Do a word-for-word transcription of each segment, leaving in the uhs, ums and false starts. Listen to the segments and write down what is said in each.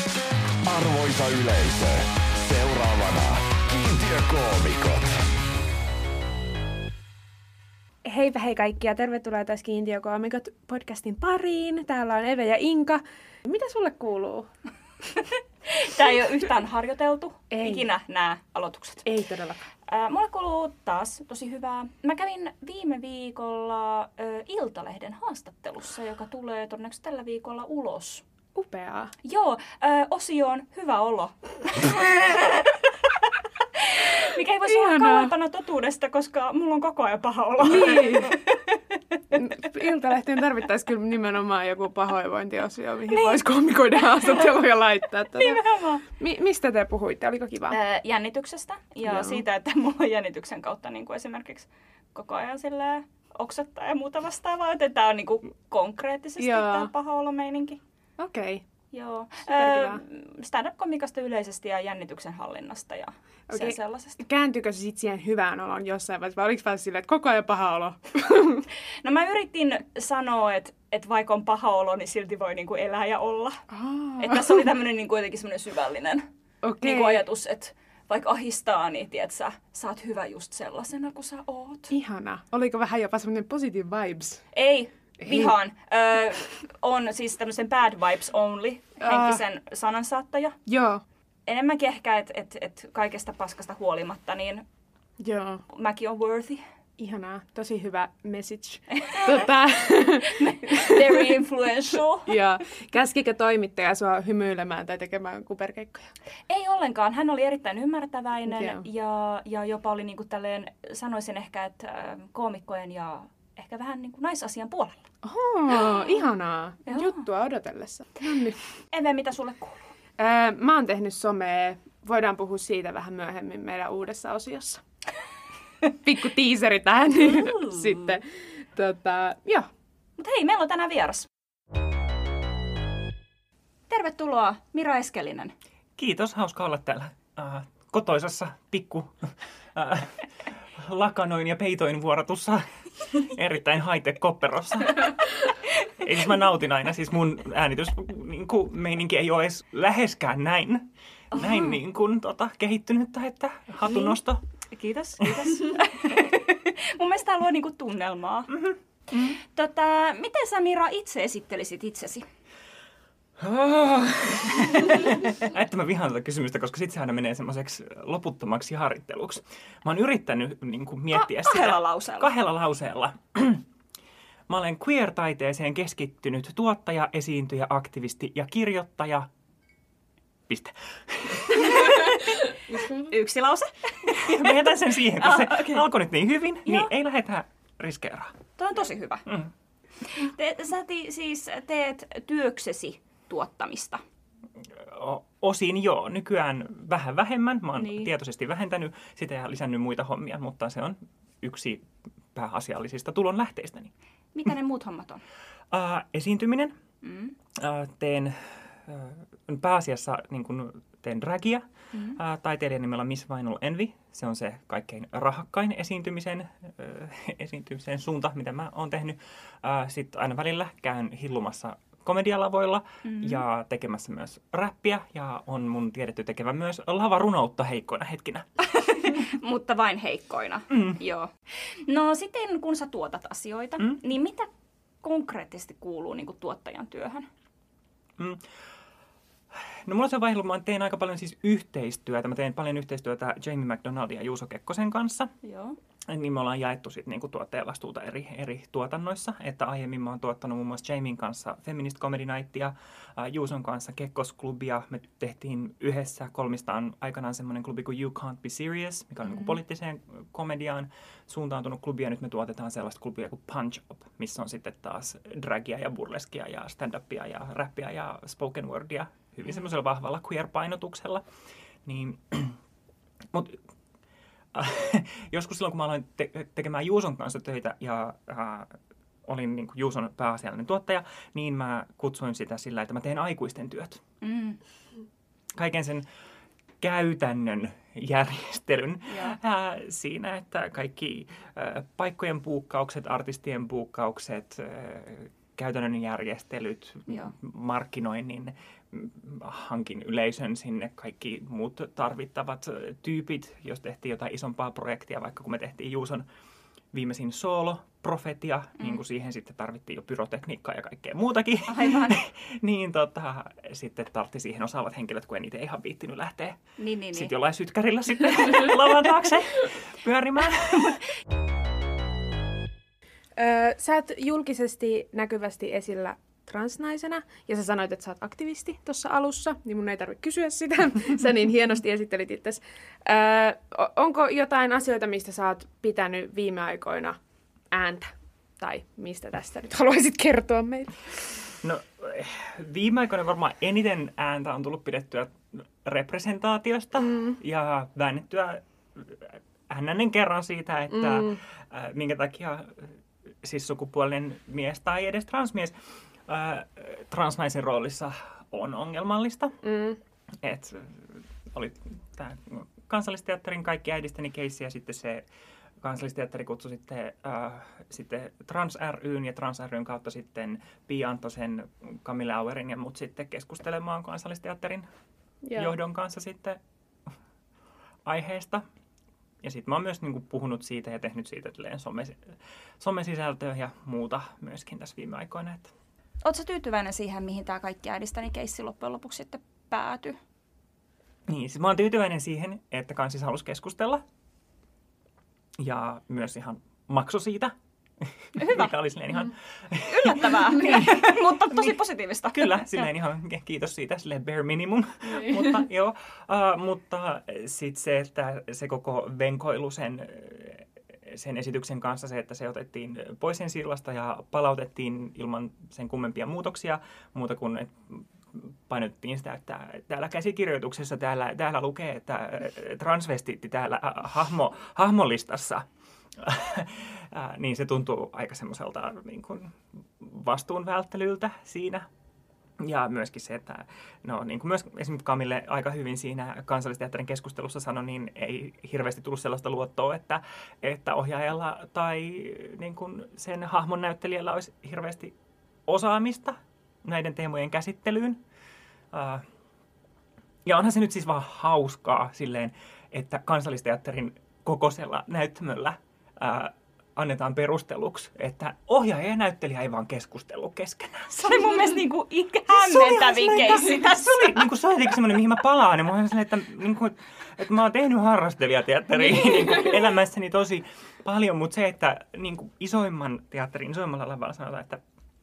Arvoisa yleisö, seuraavana Kiintiökoomikot. Heipä hei kaikki ja tervetuloa taas Kiintiökoomikot podcastin pariin. Täällä on Eve ja Inka. Mitä sulle kuuluu? Tää ei ole yhtään harjoiteltu. Ei. Ikinä nämä aloitukset. Ei todellakaan. Äh, mulle kuuluu taas tosi hyvää. Mä kävin viime viikolla äh, Iltalehden haastattelussa, joka tulee todennäköisesti tällä viikolla ulos. Upeaa. Joo, äh, osioon hyvä olo. Mikä ei voisi olla kauempana totuudesta, koska mulla on koko ajan paha olo. Niin. Iltalehteen tarvittaisiin kyllä nimenomaan joku pahoinvointiosio, mihin niin. voisi koomikoiden haastatteluja laittaa. Tätä. Nimenomaan. Mi- mistä te puhuitte? Oliko kiva? Äh, jännityksestä ja Joo. siitä, että mulla on jännityksen kautta niin kuin esimerkiksi koko ajan sillä oksattaa ja muuta vastaavaa. Että tämä on niin kuin konkreettisesti tämä paha olo-meininki. Okei. Okay. Joo. Äh, stand-up-komikasta yleisesti ja jännityksen hallinnasta ja okay. sen sellaisesta. Kääntyykö se sitten siihen hyvään oloon jossain vaiheessa, vai oliko vaan silleen, että koko ajan paha olo? No mä yritin sanoa, että, että vaikka on paha olo, niin silti voi niin kuin elää ja olla. Ah. Että tässä oli tämmöinen niin kuitenkin semmoinen syvällinen okay. niin kuin ajatus, että vaikka ahistaa, niin tiedät sä, sä oot hyvä just sellaisena kuin sä oot. Ihana. Oliko vähän jopa semmoinen positive vibes? Ei. Vihaan. Öö, on siis tämmöisen bad vibes only henkisen uh, sanansaattaja. Joo. Enemmänkin ehkä, että et, et kaikesta paskasta huolimatta, niin joo. mäkin on worthy. Ihanaa. Tosi hyvä message. tota... Very influential. Joo. Käskikö toimittaja sua hymyilemään tai tekemään kuperkeikkoja? Ei ollenkaan. Hän oli erittäin ymmärtäväinen Joo. ja, ja jopa oli niinku tälleen, sanoisin ehkä, että äh, koomikkojen ja ehkä vähän niin kuin naisasian puolella. Oho, ihanaa. Joo. Juttua odotellessa. Nonni. Eve, mitä sulle kuuluu? Öö, mä oon tehnyt somea. Voidaan puhua siitä vähän myöhemmin meidän uudessa osiossa. Pikku tiiseri tähän. Niin sitten, tota, joo. Mut hei, meillä on tänään vieras. Tervetuloa, Mira Eskelinen. Kiitos, hauska olla täällä äh, kotoisassa pikku äh, lakanoin ja peitoin vuorotussa erittäin high-tech kopperossa. Ei siis mä nautin aina, siis mun äänitysmeininki ei ole edes läheskään näin, näin niin kuin, tota, kehittynyttä, että hatunnosto. Niin. Kiitos, kiitos. Mun mielestä tää luo niinku tunnelmaa. Mm-hmm. Mm-hmm. Tota, miten sä, Mira, itse esittelisit itsesi? Oh. Että mä vihaan tätä kysymystä, koska sit se aina menee semmoiseksi loputtomaksi harjoitteluksi. Mä oon yrittänyt niin kuin, miettiä Ka- kahdella sitä. lauseella. Kahdella lauseella. Mä olen queer-taiteeseen keskittynyt tuottaja, esiintyjä, aktivisti ja kirjoittaja. Piste. Yksi lause. Mä jätän sen siihen, kun ah, se okay. alkoi nyt niin hyvin, Joo. niin ei lähdetä riskeeraan. Tuo on tosi hyvä. Mm. Te, sä ti, siis teet työksesi tuottamista. O- osin joo. Nykyään vähän vähemmän. Mä oon niin. tietoisesti vähentänyt sitä ja lisännyt muita hommia, mutta se on yksi pääasiallisista tulonlähteistäni. Mitä ne muut hommat on? Uh, esiintyminen. Mm. Uh, teen uh, pääasiassa niin kun teen dragia. Mm-hmm. Uh, taiteilijan nimellä Miss Vinyl Envy. Se on se kaikkein rahakkain esiintymisen, uh, esiintymisen suunta, mitä mä oon tehnyt. Uh, Sitten aina välillä käyn hillumassa komedialavoilla mm-hmm. ja tekemässä myös räppiä. Ja on mun tiedetty tekevän myös lavarunoutta heikkoina hetkinä. Mutta vain heikkoina. Mm. Joo. No sitten kun sä tuotat asioita, mm. niin mitä konkreettisesti kuuluu niin kuin tuottajan työhön? Mm. No mulla on se vaihe, mä teen aika paljon siis yhteistyötä. Mä teen paljon yhteistyötä Jamie McDonaldin ja Juuso Kekkosen kanssa. Joo. Niin me ollaan jaettu sit niinku tuottajavastuuta eri, eri tuotannoissa. Että aiemmin mä oon tuottanut muun muassa Jamien kanssa Feminist Comedy Nightia, äh, Juuson kanssa Kekkos-klubia. Me tehtiin yhdessä kolmistaan aikanaan semmoinen klubi kuin You Can't Be Serious, mikä on mm-hmm. niinku poliittiseen komediaan suuntautunut klubi. Ja nyt me tuotetaan sellaista klubia kuin Punch Up, missä on sitten taas dragia ja burleskia ja stand-upia ja rappia ja spoken wordia. Hyvin mm-hmm. semmoisella vahvalla queer-painotuksella. Niin, mut, joskus silloin, kun mä aloin te- tekemään Juuson kanssa töitä ja äh, olin niin kuin Juuson pääasiallinen tuottaja, niin mä kutsuin sitä sillä, että mä teen aikuisten työt. Mm. Kaiken sen käytännön järjestelyn ää, siinä, että kaikki ää, paikkojen buukkaukset, artistien buukkaukset, ää, käytännön järjestelyt, Joo. markkinoinnin, hankin yleisön sinne, kaikki muut tarvittavat tyypit, jos tehtiin jotain isompaa projektia, vaikka kun me tehtiin Juuson viimeisin soolo-profetia, mm. niin kuin siihen sitten tarvittiin jo pyrotekniikkaa ja kaikkea muutakin. Aivan. niin tota, sitten tartti siihen osaavat henkilöt, kun en itse ihan viittinyt lähteä niin, niin, sitten niin. jollain sytkärillä sitten lavan taakse pyörimään. Öö, sä oot julkisesti näkyvästi esillä transnaisena, ja sä sanoit, että sä oot aktivisti tuossa alussa, niin mun ei tarvitse kysyä sitä. Sä niin hienosti esittelit itsesi. Öö, onko jotain asioita, mistä sä oot pitänyt viime aikoina ääntä? Tai mistä tästä nyt haluaisit kertoa meille? No, viime aikoina varmaan eniten ääntä on tullut pidettyä representaatiosta mm. ja väännettyä hännänen kerran siitä, että mm. äh, minkä takia siis sukupuolinen mies tai edes transmies äh, transnaisen roolissa on ongelmallista. Mm. Et oli tämä Kansallisteatterin Kaikki äidistäni keissi ja sitten se Kansallisteatteri kutsui sitten, äh, sitten Trans ry:n ja Trans ry:n kautta sitten Pia Antosen, Camille Auerin ja mut sitten keskustelemaan Kansallisteatterin Joo. johdon kanssa sitten aiheesta. Ja sitten mä oon myös niin kuin, puhunut siitä ja tehnyt siitä some, somesisältöä ja muuta myöskin tässä viime aikoina. Että. Ootko sä tyytyväinen siihen, mihin tämä Kaikki äidistäni keissi loppujen lopuksi sitten päätyi? Niin, siis mä oon tyytyväinen siihen, että kansis halusi keskustella. Ja myös ihan makso siitä. Hyvä. Mikä oli silleen ihan... Yllättävää, mutta tosi positiivista. Kyllä, silleen ihan kiitos siitä, silleen bare minimum. mutta joo, uh, mutta sitten se, että se koko venkoilu sen, sen esityksen kanssa, se, että se otettiin pois sen sillasta ja palautettiin ilman sen kummempia muutoksia, muuta kuin että painotettiin sitä, että täällä käsikirjoituksessa täällä, täällä lukee, että transvestiitti täällä hahmo, hahmolistassa. niin se tuntuu aika semmoiselta niin kuin vastuun välttelyltä siinä. Ja myöskin se, että no, niin kuin myös esimerkiksi Camille aika hyvin siinä Kansallisteatterin keskustelussa sanoi, niin ei hirveästi tullut sellaista luottoa, että, että ohjaajalla tai niin kuin sen hahmon näyttelijällä olisi hirveästi osaamista näiden teemojen käsittelyyn. Uh, ja onhan se nyt siis vaan hauskaa silleen, että Kansallisteatterin kokoisella näyttämöllä uh, annetaan perusteluksi, että ohjaaja ja näyttelijä ei vaan keskustellut keskenään. Se oli mun mielestä niinku hämmentävin keissi tässä. Se oli, niin kuin, se oli semmoinen, mihin mä palaan. Ja mä olen sellainen, että, niin kuin, että mä oon tehnyt harrastelijateatteria niin kuin elämässäni tosi paljon, mutta se, että niin kuin isoimman teatterin, isoimmalla lavalla sanotaan, että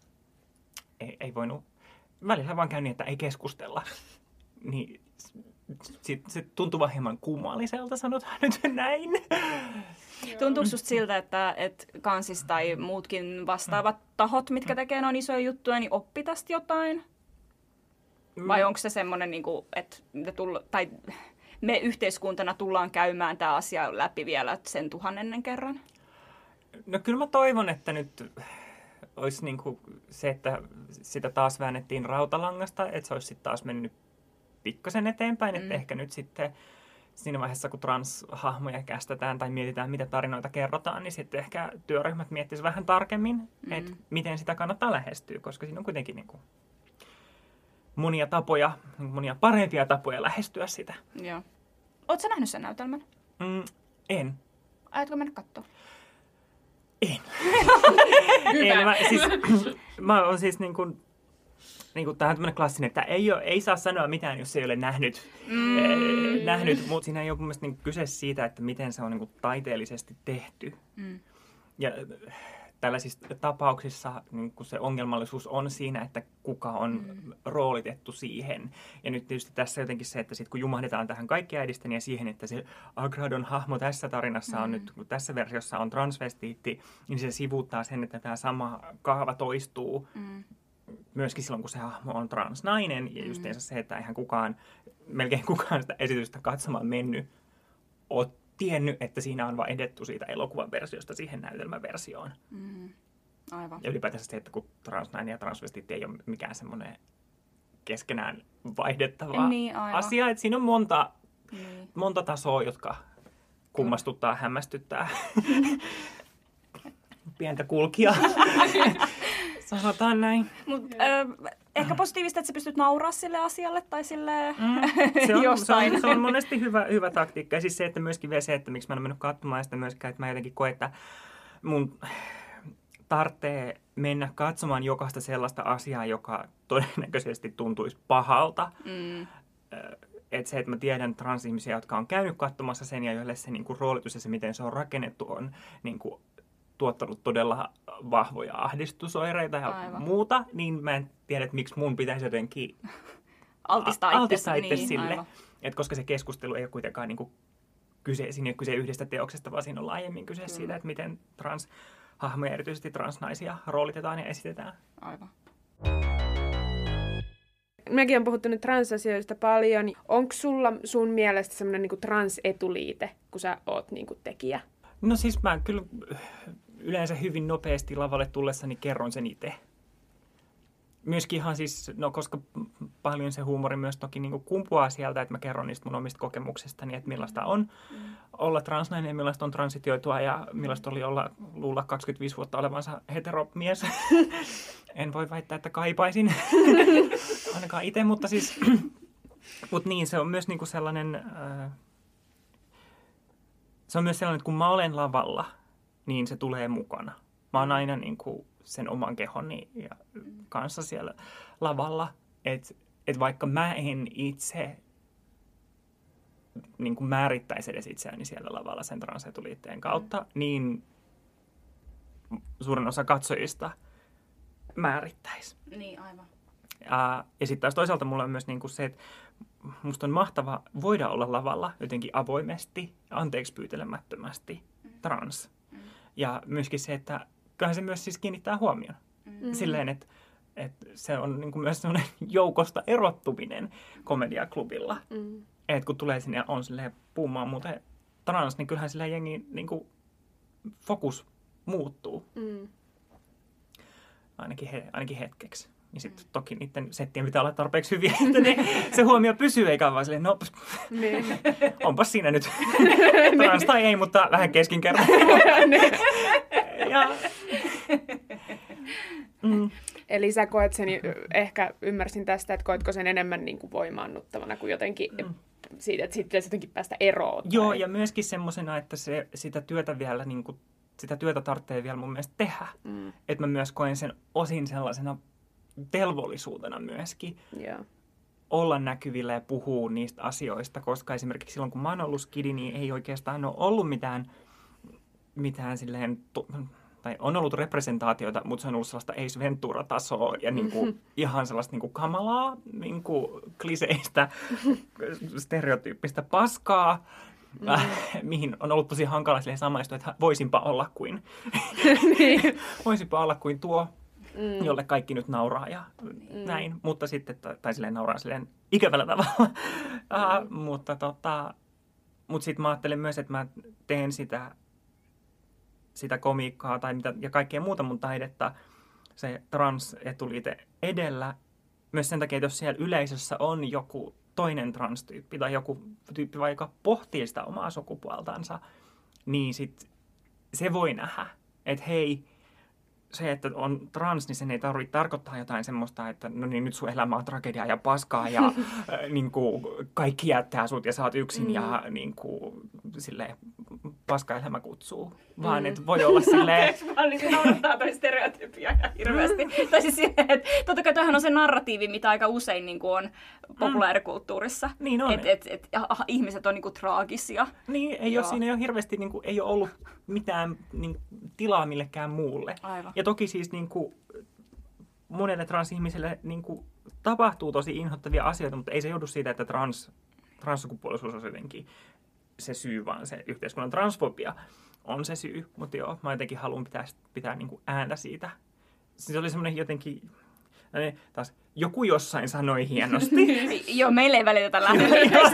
ei, ei voinut, välillä vaan käy niin, että ei keskustella. Niin sit, se tuntuu vaan hieman kummalliselta, sanotaan nyt näin. Tuntuuko susta siltä, että, että kansis tai muutkin vastaavat tahot, mitkä tekee noin isoja juttuja, niin oppi tästä jotain? Vai onko se semmoinen, niin kuin, että me, tulla, tai me yhteiskuntana tullaan käymään tämä asia läpi vielä sen tuhannennen kerran? No kyllä mä toivon, että nyt olisi niin kuin se, että sitä taas väännettiin rautalangasta, että se olisi sitten taas mennyt pikkasen eteenpäin, että mm. ehkä nyt sitten siinä vaiheessa, kun transhahmoja kästetään tai mietitään, mitä tarinoita kerrotaan, niin sitten ehkä työryhmät miettisivät vähän tarkemmin, mm. että miten sitä kannattaa lähestyä, koska siinä on kuitenkin niin kuin monia tapoja, monia parempia tapoja lähestyä sitä. Joo. Ootko sä nähnyt sen näytelmän? Mm, en. Aiotko mennä katsoa? En. en mä, siis, mä oon siis niin kuin, niin kuin, tämä on tämmöinen klassinen, että ei, ole, ei saa sanoa mitään, jos ei ole nähnyt, mm. äh, nähnyt mutta siinä ei ole mun mielestä niin kyse siitä, että miten se on niin kuin taiteellisesti tehty. Mm. Ja tällaisissa tapauksissa niin kuin se ongelmallisuus on siinä, että kuka on mm. roolitettu siihen. Ja nyt tietysti tässä jotenkin se, että sit kun jumahdetaan tähän Kaikki äidistäni ja siihen, että se Agradon hahmo tässä tarinassa on mm. nyt, kun tässä versiossa on transvestiitti, niin se sivuuttaa sen, että tämä sama kaava toistuu mm. myöskin silloin, kun se hahmo on transnainen. Ja justiinsa se, että eihän kukaan, melkein kukaan sitä esitystä katsomaan mennyt, ole tiennyt, että siinä on vaan edetty siitä elokuvan versiosta siihen näytelmäversioon. Mm. Aivan. Ja ylipäätään se, että kun transnainen ja transvestiitti ei ole mikään semmoinen keskenään vaihdettava niin, asia. Että siinä on monta, niin. monta tasoa, jotka kummastuttaa, hämmästyttää pientä kulkijaa. Sanotaan näin. Mut, äh, ehkä positiivista, että sä pystyt nauraa sille asialle tai sille Mm, se, on, jostain. se, on, se on monesti hyvä, hyvä taktiikka. Ja siis se, että myöskin vielä se, että miksi mä en ole mennyt katsomaan sitä myöskään, että mä jotenkin koen, että mun tarvitsee mennä katsomaan jokaista sellaista asiaa, joka todennäköisesti tuntuisi pahalta. Mm. Että se, että mä tiedän transihmisiä, jotka on käynyt katsomassa sen ja joille se niin kuin, roolitus ja se, miten se on rakennettu, on niin kuin, tuottanut todella vahvoja ahdistusoireita ja Aivan. muuta, niin mä en tiedä, että miksi mun pitäisi jotenkin Altistaa, altistaa itse niin, sille. aivan. Et koska se keskustelu ei ole kuitenkaan niin kuin, kyse, siinä ei ole kyse yhdestä teoksesta, vaan siinä on laajemmin kyse Kyllä. siitä, että miten transhahmoja, erityisesti transnaisia, roolitetaan ja esitetään. Aivan. Mekin on puhuttu nyt transasioista paljon. Onko sulla sun mielestä semmoinen niinku transetuliite, kun sä oot niinku tekijä? No siis mä kyllä yleensä hyvin nopeasti lavalle tullessani kerron sen itse. Myöskin ihan siis, no koska paljon se huumori myös toki niin kuin kumpuaa sieltä, että mä kerron niistä mun omista kokemuksistani, että millaista on mm. olla transnainen ja millaista on transitioitua ja millaista oli olla luulla kaksikymmentäviisi vuotta olevansa heteromies. En voi väittää, että kaipaisin ainakaan itse, mutta siis, mut niin, se on myös niin kuin sellainen, äh, se on myös sellainen, että kun mä olen lavalla, niin se tulee mukana. Mä oon aina niin kuin sen oman kehoni ja kanssa siellä lavalla, että et vaikka mä en itse niin kuin määrittäisi edes itseäni siellä lavalla sen transetuliitteen kautta, niin suurin osa katsojista määrittäisi. Niin, aivan. Ja, ja sitten taas toisaalta mulla on myös niin kuin se, että musta on mahtava voida olla lavalla jotenkin avoimesti, anteeksi pyytelemättömästi trans. Mm. Ja myöskin se, että kyllähän se myös siis kiinnittää huomioon. Mm. Silleen, että, että se on niin kuin myös sellainen joukosta erottuminen komediaklubilla. Mm. Että kun tulee sinne ja on silleen puumaan muuten trans, niin kyllähän sillä jengi niin kuin fokus muuttuu. Mm. Ainakin, he, ainakin hetkeksi. Ja sitten mm. toki niiden settien pitää olla tarpeeksi hyviä, että ne, se huomio pysyy, eikä vaan silleen, no onpas siinä nyt trans tai ei, mutta vähän keskinkertainen. ja, mm. Eli sä koet sen, ehkä ymmärsin tästä, että koetko sen enemmän niin kuin voimaannuttavana kuin jotenkin mm. siitä, että siitä pitäisi jotenkin päästä eroon. Tai... Joo, ja myöskin semmosena, että se, sitä työtä vielä, niin kuin, sitä työtä tarvitsee vielä mun mielestä tehdä. Mm. Että mä myös koen sen osin sellaisena velvollisuutena myöskin. Yeah. Olla näkyvillä ja puhua niistä asioista, koska esimerkiksi silloin, kun mä oon ollut skidi, niin ei oikeastaan ole ollut mitään, mitään silleen... tai on ollut representaatioita, mutta se on ollut sellaista Ace Ventura-tasoa ja niinku ihan sellaista niinku kamalaa, niinku kliseistä, stereotyyppistä paskaa, mm. äh, mihin on ollut tosi hankala silleen samaistua, että voisinpa olla kuin, voisinpa olla kuin tuo, mm. jolle kaikki nyt nauraa ja mm. näin, mutta sitten, tai silleen nauraa silleen ikävällä tavalla, mm. uh, mutta tota, mut sitten mä ajattelen myös, että mä teen sitä sitä komiikkaa tai mitä, ja kaikkea muuta mun taidetta se trans-etuliite edellä. Myös sen takia, että jos siellä yleisössä on joku toinen transtyyppi tai joku tyyppi, joka pohtii sitä omaa sukupuoltansa, niin sit se voi nähdä, että hei, se, että on trans, niin sen ei tarvitse tarkoittaa jotain semmoista, että no niin, nyt sun elämä on tragediaa ja paskaa ja äh, niin kuin, kaikki jättää sut ja sä oot yksin mm. ja niin kuin, silleen, paska elämä kutsuu. Vaan, mm. että voi olla silleen... Mä olisin noudattaa toi stereotypia ihan hirveästi. Mm. Tai siis silleen, että totta kai tämähän on se narratiivi, mitä aika usein niin kuin on populaarikulttuurissa. Mm. Niin on. Että et, et, ihmiset on niin kuin traagisia. Niin, ei ole, siinä ei ole hirveästi, niin kuin, ei ole ollut mitään niin, tilaa millekään muulle. Aivan. Ja toki siis niin kuin, monelle transihmiselle niin kuin, tapahtuu tosi inhottavia asioita, mutta ei se joudu siitä, että trans, transsukupuolisuus on jotenkin se syy, vaan se yhteiskunnan transfobia on se syy. Mutta joo, mä jotenkin haluan pitää, pitää niin kuin ääntä siitä. Se oli semmoinen jotenkin... Taas joku jossain sanoi hienosti. Joo, meille ei välitetä lähdöstä.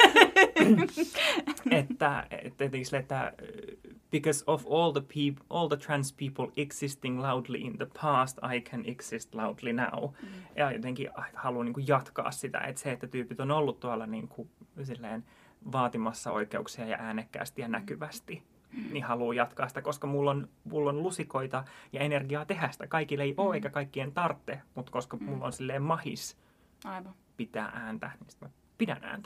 että, että, että because of all the, peop- all the trans people existing loudly in the past, I can exist loudly now. Mm. Ja jotenkin haluan niin kuin jatkaa sitä, että se, että tyypit on ollut tuolla niin kuin, silleen, vaatimassa oikeuksia ja äänekkäästi ja näkyvästi, niin haluaa jatkaa sitä, koska mulla on, mulla on lusikoita ja energiaa tehdä sitä. Kaikille ei ole mm. eikä kaikkien tarvitse, mutta koska mm. mulla on silleen mahis Aivan. pitää ääntä, niin sitten mä pidän ääntä.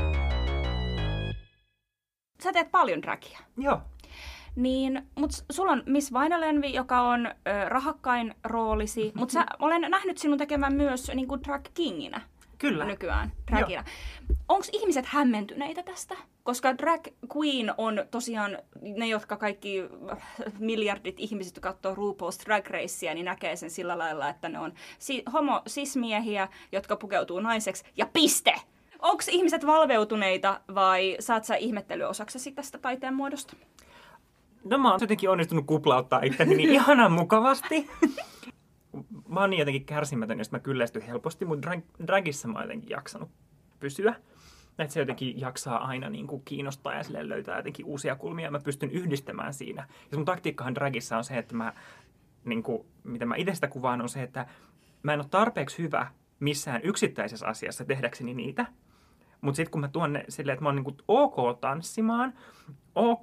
Sä teet paljon dragia. Joo. Niin, mutta sulla on Miss Vainalenvi, joka on ö, rahakkain roolisi, mutta sä olen nähnyt sinun tekemään myös niin kuin drag kinginä. Kyllä. Nykyään dragina. Onko ihmiset hämmentyneitä tästä? Koska drag queen on tosiaan ne, jotka kaikki miljardit ihmiset, jotka katsoo RuPaul's Drag Racea, niin näkee sen sillä lailla, että ne on si- homo-cis-miehiä, jotka pukeutuu naiseksi ja piste! Onko ihmiset valveutuneita vai saat sä ihmettelyosaksesi tästä taiteen muodosta? No mä oon jotenkin onnistunut kuplauttaa itteni niin ihanan mukavasti. Mä oon niin jotenkin kärsimätön, jos mä kyllästyn helposti, mutta drag- dragissa mä oon jotenkin jaksanut pysyä. Että se jotenkin jaksaa aina niin kuin kiinnostaa ja silleen löytää jotenkin uusia kulmia ja mä pystyn yhdistämään siinä. Ja mun taktiikkahan dragissa on se, että mä, niin kuin, mitä mä itse sitä kuvaan, on se, että mä en ole tarpeeksi hyvä missään yksittäisessä asiassa tehdäkseni niitä. Mutta sitten kun mä tuon ne silleen, että mä oon niin kuin ok tanssimaan, ok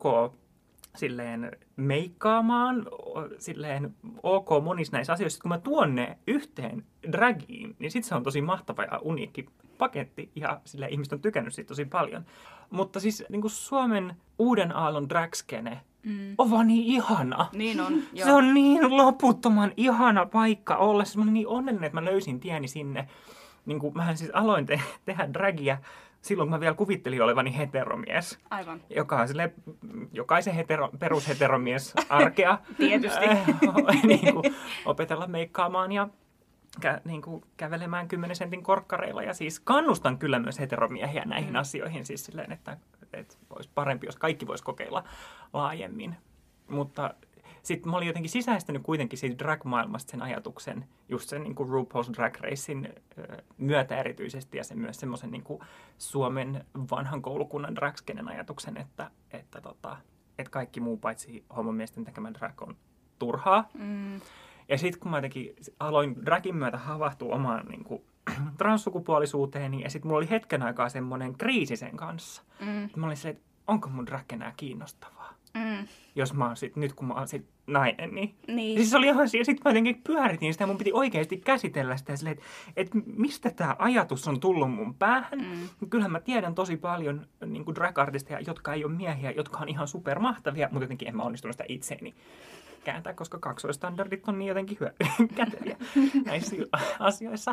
silleen meikkaamaan, silleen ok monissa näissä asioissa. Kun mä tuon ne yhteen dragiin, niin sit se on tosi mahtava ja uniikki paketti ja silleen ihmiset on tykännyt siitä tosi paljon. Mutta siis niin kuin Suomen uuden aallon dragskene mm. on vaan niin ihana. Niin on, joo. Se on niin loputtoman ihana paikka olla. Mä olin niin onnellinen, että mä löysin tieni sinne. Niin kuin mähän siis aloin te- tehdä dragia silloin, kun mä vielä kuvittelin olevani heteromies. Aivan. Joka on silleen, jokaisen hetero, perusheteromies arkea. Tietysti. niin kuin, opetella meikkaamaan ja kä, niin kuin, kävelemään kymmenen sentin korkkareilla. Ja siis kannustan kyllä myös heteromiehiä näihin mm. asioihin. Siis silleen, että, että olisi parempi, jos kaikki vois kokeilla laajemmin. Mutta sitten mä olin jotenkin sisäistänyt kuitenkin siitä drag-maailmasta sen ajatuksen, just sen niin kuin RuPaul's Drag Racein myötä erityisesti, ja sen myös semmoisen niin kuin Suomen vanhan koulukunnan dragskenen ajatuksen, että, että, tota, että kaikki muu paitsi homomiesten tekemä drag on turhaa. Mm. Ja sitten kun mä jotenkin aloin dragin myötä havahtua omaan niin kuin transsukupuolisuuteeni, ja sitten mulla oli hetken aikaa semmoinen kriisi sen kanssa. Mm. Mä olin silleen, että onko mun drag enää kiinnostavaa? Mm. Jos mä oon sit, nyt kun mä oon sit nainen, niin... niin. Siis se oli ihan... Sitten mä jotenkin pyöritin sitä ja mun piti oikeasti käsitellä sitä silleen, että et mistä tää ajatus on tullut mun päähän. Mm. Kyllähän mä tiedän tosi paljon niin kuin drag-artisteja, jotka ei ole miehiä, jotka on ihan supermahtavia, mutta jotenkin en mä onnistunut sitä itseeni kääntää, koska kaksoistandardit on niin jotenkin hyö- käteviä näissä asioissa.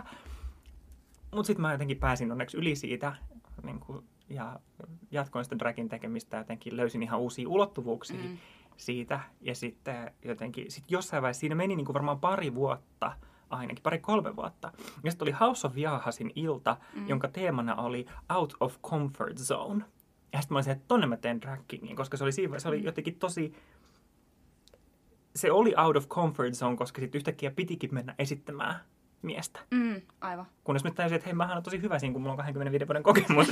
Mutta sitten mä jotenkin pääsin onneksi yli siitä niin kuin, ja jatkoin sitä dragin tekemistä, jotenkin löysin ihan uusia ulottuvuuksia mm. siitä. Ja sitten jotenkin sit jossain vaiheessa siinä meni niin kuin varmaan pari vuotta, ainakin pari kolme vuotta. Ja sitten oli House of Jahasin ilta, mm. jonka teemana oli Out of Comfort Zone. Ja sitten mä olin se, että tonne mä teen drag-kingin, koska se oli siinä se oli jotenkin tosi... Se oli out of comfort zone, koska sitten yhtäkkiä pitikin mennä esittämään miestä. Mm, aivan. Kunnes mä täysin, että hei, mähän on tosi hyvä siinä, kun mulla on kaksikymmentäviisi vuoden kokemus.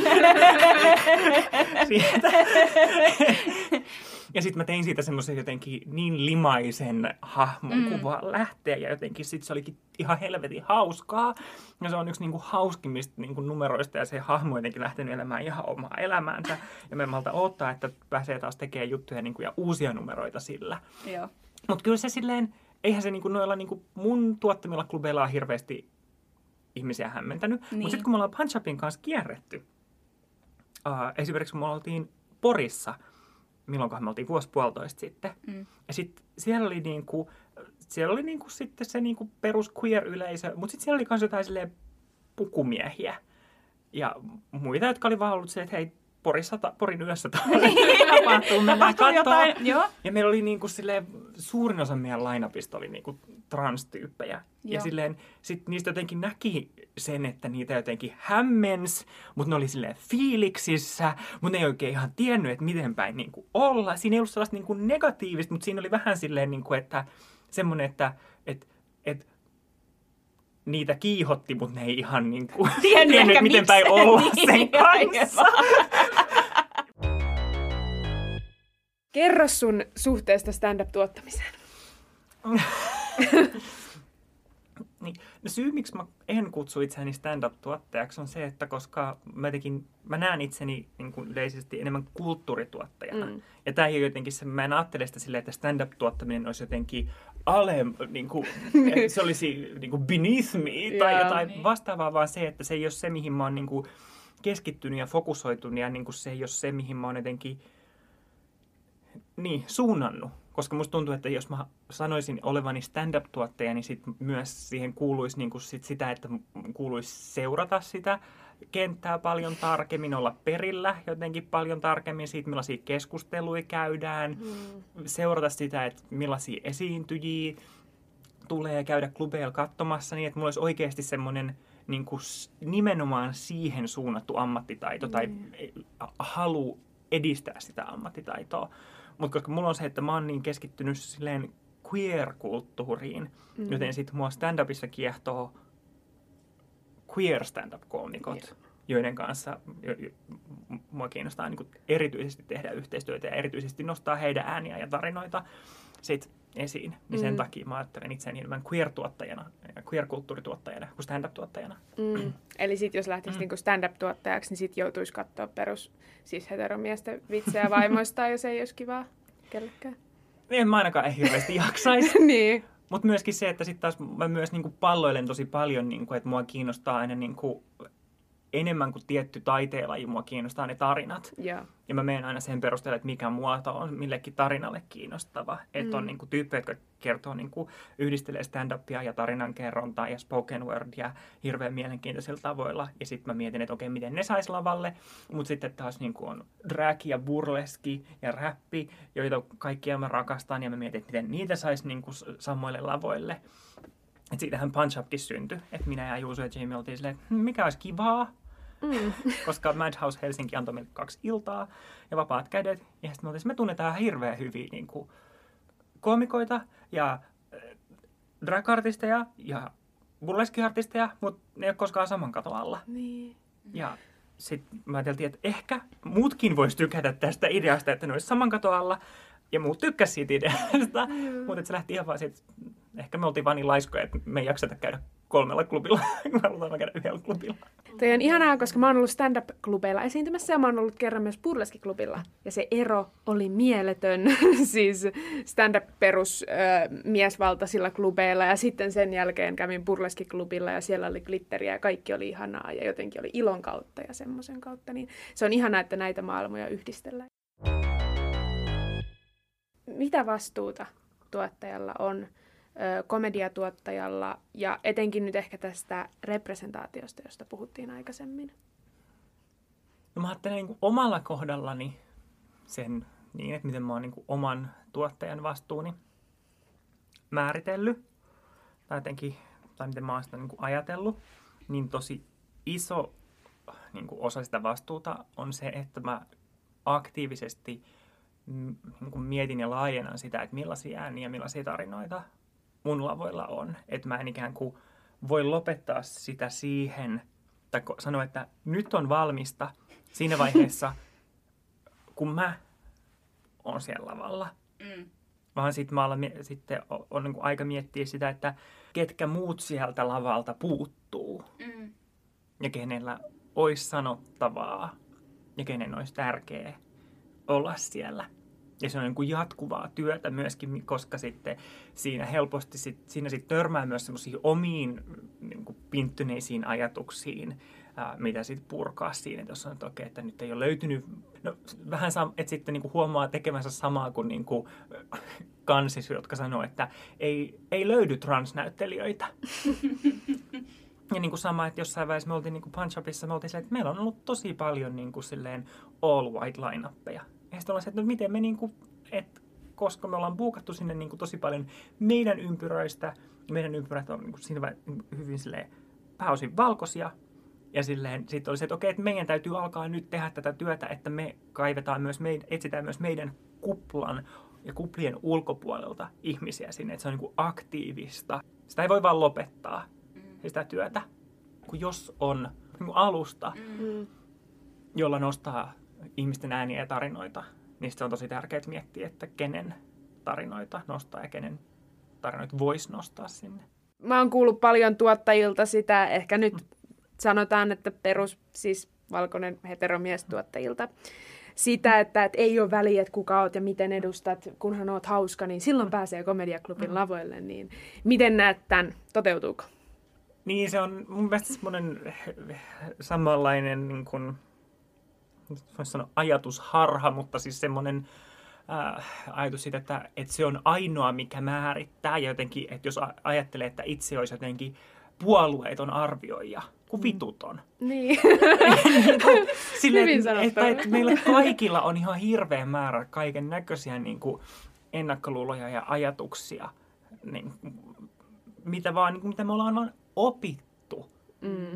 Ja sitten mä tein siitä semmoisen jotenkin niin limaisen hahmon mm. kuvaan lähteä. Ja jotenkin sitten se olikin ihan helvetin hauskaa. Ja se on yksi niinku hauskimmista niinku numeroista. Ja se hahmo on jotenkin lähtenyt elämään ihan omaa elämäänsä. Ja me malta odottaa, että pääsee taas tekemään juttuja niinku ja uusia numeroita sillä. Joo. Mutta kyllä se silleen... Eihän se niinku noilla niinku mun tuottamilla klubeilla on hirveästi ihmisiä hämmentänyt. Niin. Mutta sitten kun me ollaan Punch Upin kanssa kierretty, uh, esimerkiksi kun me oltiin Porissa, milloinkohan me oltiin vuosi puolitoista sitten. Mm. Ja sitten siellä oli, niinku, siellä oli niinku sitten se niinku perus queer-yleisö, mutta sitten siellä oli myös jotain silleen pukumiehiä. Ja muita, jotka oli vaan ollut se, että hei, Porissa, ta- Porin yössä tapahtuu, mennään katsoa. Ja meillä oli niinku silleen, suurin osa meidän line-upista oli niinku trans-tyyppejä. Joo. Ja silleen, sit niistä jotenkin näki sen, että niitä jotenkin hämmens, mutta ne oli silleen fiiliksissä, mutta ne ei oikein ihan tiennyt, että miten päin niinku olla. Siinä ei ollut sellaista niinku negatiivista, mutta siinä oli vähän silleen, niinku, että semmoinen, että et, et, niitä kiihotti, mutta ne ei ihan niinku tiennyt, miten päin olla niin, sen kanssa. Kerro sun suhteesta stand-up-tuottamiseen. Niin. No syy, miksi mä en kutsu itseäni stand-up-tuottajaksi, on se, että koska mä, jotenkin, mä näen itseni niin kuin yleisesti enemmän kulttuurituottajana. Mm. Ja tää ei ole jotenkin se, mä en ajattele sitä silleen, että stand-up-tuottaminen olisi jotenkin ale, niin kuin, että se olisi niin kuin beneath me tai yeah, jotain niin. vastaavaa, vaan se, että se ei ole se, mihin mä oon niin kuin keskittynyt ja fokusoitunut ja niin kuin se ei ole se, mihin mä oon jotenkin niin, suunnannut. Koska musta tuntuu, että jos mä sanoisin olevani stand-up-tuottaja, niin sit myös siihen kuuluisi niinku sit sitä, että kuuluisi seurata sitä kenttää paljon tarkemmin, olla perillä jotenkin paljon tarkemmin siitä, millaisia keskusteluja käydään, mm. seurata sitä, että millaisia esiintyjiä tulee käydä klubeilla katsomassa, niin että mulla olisi oikeasti semmoinen niinku nimenomaan siihen suunnattu ammattitaito mm. tai halu edistää sitä ammattitaitoa. Mutta koska mulla on se, että mä oon niin keskittynyt silleen queer-kulttuuriin, mm. joten sit mua stand-upissa kiehtoo queer stand-up-koomikot, yeah. joiden kanssa jo, jo, mua kiinnostaa niin kuin erityisesti tehdä yhteistyötä ja erityisesti nostaa heidän ääniä ja tarinoita sit esiin. Niin sen mm. takia mä ajattelen itseäni enemmän queer-tuottajana, queer-kulttuurituottajana kuin stand-up-tuottajana. Mm. Eli sit jos lähtisi mm. niinku stand-up-tuottajaksi, niin sit joutuisi katsoa perus siis heteromiesten vitsejä vaimoista, ja se ei olisi kivaa kellekään. En mä ainakaan ei hirveästi jaksaisi. Niin. Mutta myöskin se, että sitten taas mä myös niinku palloilen tosi paljon, niinku, että mua kiinnostaa aina niinku, enemmän kuin tietty taiteenlaji, mua kiinnostaa ne tarinat. Yeah. Ja mä menen aina sen perusteella, että mikä muoto on millekin tarinalle kiinnostava. Mm. Että on niinku tyyppejä, jotka kertoo, niinku, yhdistelee stand-upia ja tarinankerrontaa ja spoken wordia hirveän mielenkiintoisilla tavoilla. Ja sitten mä mietin, että okei, miten ne sais lavalle. Mutta sitten taas niinku on drag ja burleski ja räppi, joita kaikkia mä rakastan. Ja mä mietin, että miten niitä sais niinku samoille lavoille. Että siitähän Punch Upkin syntyi. Että minä ja Juuso ja Jamie oltiin silleen, että mikä olisi kivaa. Mm. Koska Madhouse Helsinki antoi meille kaksi iltaa ja vapaat kädet. Ja sitten me oltiin, me tunnetaan hirveän hyviä niin kuin, koomikoita ja äh, drag-artisteja ja burleski-artisteja, mutta ne ei ole koskaan saman katon alla. Niin. Ja sitten mä ajateltiin, että ehkä muutkin vois tykätä tästä ideasta, että ne olisi saman katon alla. Ja muut tykkäsivät siitä ideasta. Mm. Mutta se lähti ihan vaan siitä, ehkä me oltiin vaan niin laiskoja, että me ei jakseta käydä kolmella klubilla. Me halutaan käydä yhdellä klubilla. Toi on ihanaa, koska mä oon ollut stand-up-klubeilla esiintymässä ja mä oon ollut kerran myös burleski-klubilla. Ja se ero oli mieletön, siis stand-up-perus äh, miesvaltaisilla klubeilla. Ja sitten sen jälkeen kävin burleski-klubilla ja siellä oli glitteriä ja kaikki oli ihanaa ja jotenkin oli ilon kautta ja semmoisen kautta. Niin se on ihanaa, että näitä maailmoja yhdistellään. Mitä vastuuta tuottajalla on, ö, komediatuottajalla ja etenkin nyt ehkä tästä representaatiosta, josta puhuttiin aikaisemmin? No mä ajattelen niin kuin omalla kohdallani sen niin, että miten mä oon niin kuin oman tuottajan vastuuni määritellyt tai, jotenkin, tai miten mä oon sitä niin kuin ajatellut, niin tosi iso niin kuin osa sitä vastuuta on se, että mä aktiivisesti niin mietin ja laajennan sitä, että millaisia ääniä ja millaisia tarinoita mun lavoilla on. Että mä en ikään kuin voi lopettaa sitä siihen, tai sanoa, että nyt on valmista siinä vaiheessa, kun mä oon siellä lavalla. Mm. Vaan sitten mä alan, sitten on, on niin kuin aika miettiä sitä, että ketkä muut sieltä lavalta puuttuu. Mm. Ja kenellä olisi sanottavaa ja kenen olisi tärkeää olla siellä. Ja se on niin kuin jatkuvaa työtä myöskin, koska sitten siinä helposti sit, siinä sit törmää myös semmoisiin omiin niin kuin pinttyneisiin ajatuksiin, ää, mitä sitten purkaa siinä, että jos on, että okei, että nyt ei ole löytynyt, no vähän sam- että sitten niin kuin huomaa tekemänsä samaa kuin, niin kuin kansis, jotka sanoo, että ei, ei löydy transnäyttelijöitä. Ja niin kuin sama, että jossain vaiheessa me oltiin niin kuin Punch Upissa, me oltiin silleen, että meillä on ollut tosi paljon niin kuin silleen all white line-appeja. Ja sitten ollaan se, että no miten me niin kuin, että koska me ollaan buukattu sinne niin kuin tosi paljon meidän ympyröistä, meidän ympyrät on niin kuin siinä hyvin silleen pääosin valkoisia. Ja silleen sitten oli se, että okei, että meidän täytyy alkaa nyt tehdä tätä työtä, että me kaivetaan myös, meidän, etsitään myös meidän kuplan ja kuplien ulkopuolelta ihmisiä sinne, että se on niin kuin aktiivista. Sitä ei voi vaan lopettaa. Sitä työtä, kun jos on niin kuin alusta, mm. jolla nostaa ihmisten ääniä ja tarinoita, niin se on tosi tärkeää miettiä, että kenen tarinoita nostaa ja kenen tarinoita voisi nostaa sinne. mä oon kuullut paljon tuottajilta sitä, ehkä nyt sanotaan, että perus, siis valkoinen heteromies tuottajilta, sitä, että et ei ole väliä, että kuka oot ja miten edustat, kunhan oot hauska, niin silloin pääsee komediaklubin lavoille. Niin miten näet tämän? Toteutuuko? Niin, se on mun mielestä semmoinen samanlainen niin kuin, voisi sanoa ajatusharha, mutta siis semmoinen äh, ajatus siitä, että, että se on ainoa, mikä määrittää. Ja jotenkin, että jos ajattelee, että itse olisi jotenkin puolueeton arvioija, kuin vituton. Niin. Silleen, että, että, että meillä kaikilla on ihan hirveä määrä kaiken näköisiä niin kuin ennakkoluuloja ja ajatuksia, niin, mitä, vaan, niin kuin, mitä me ollaan vaan opittu mm.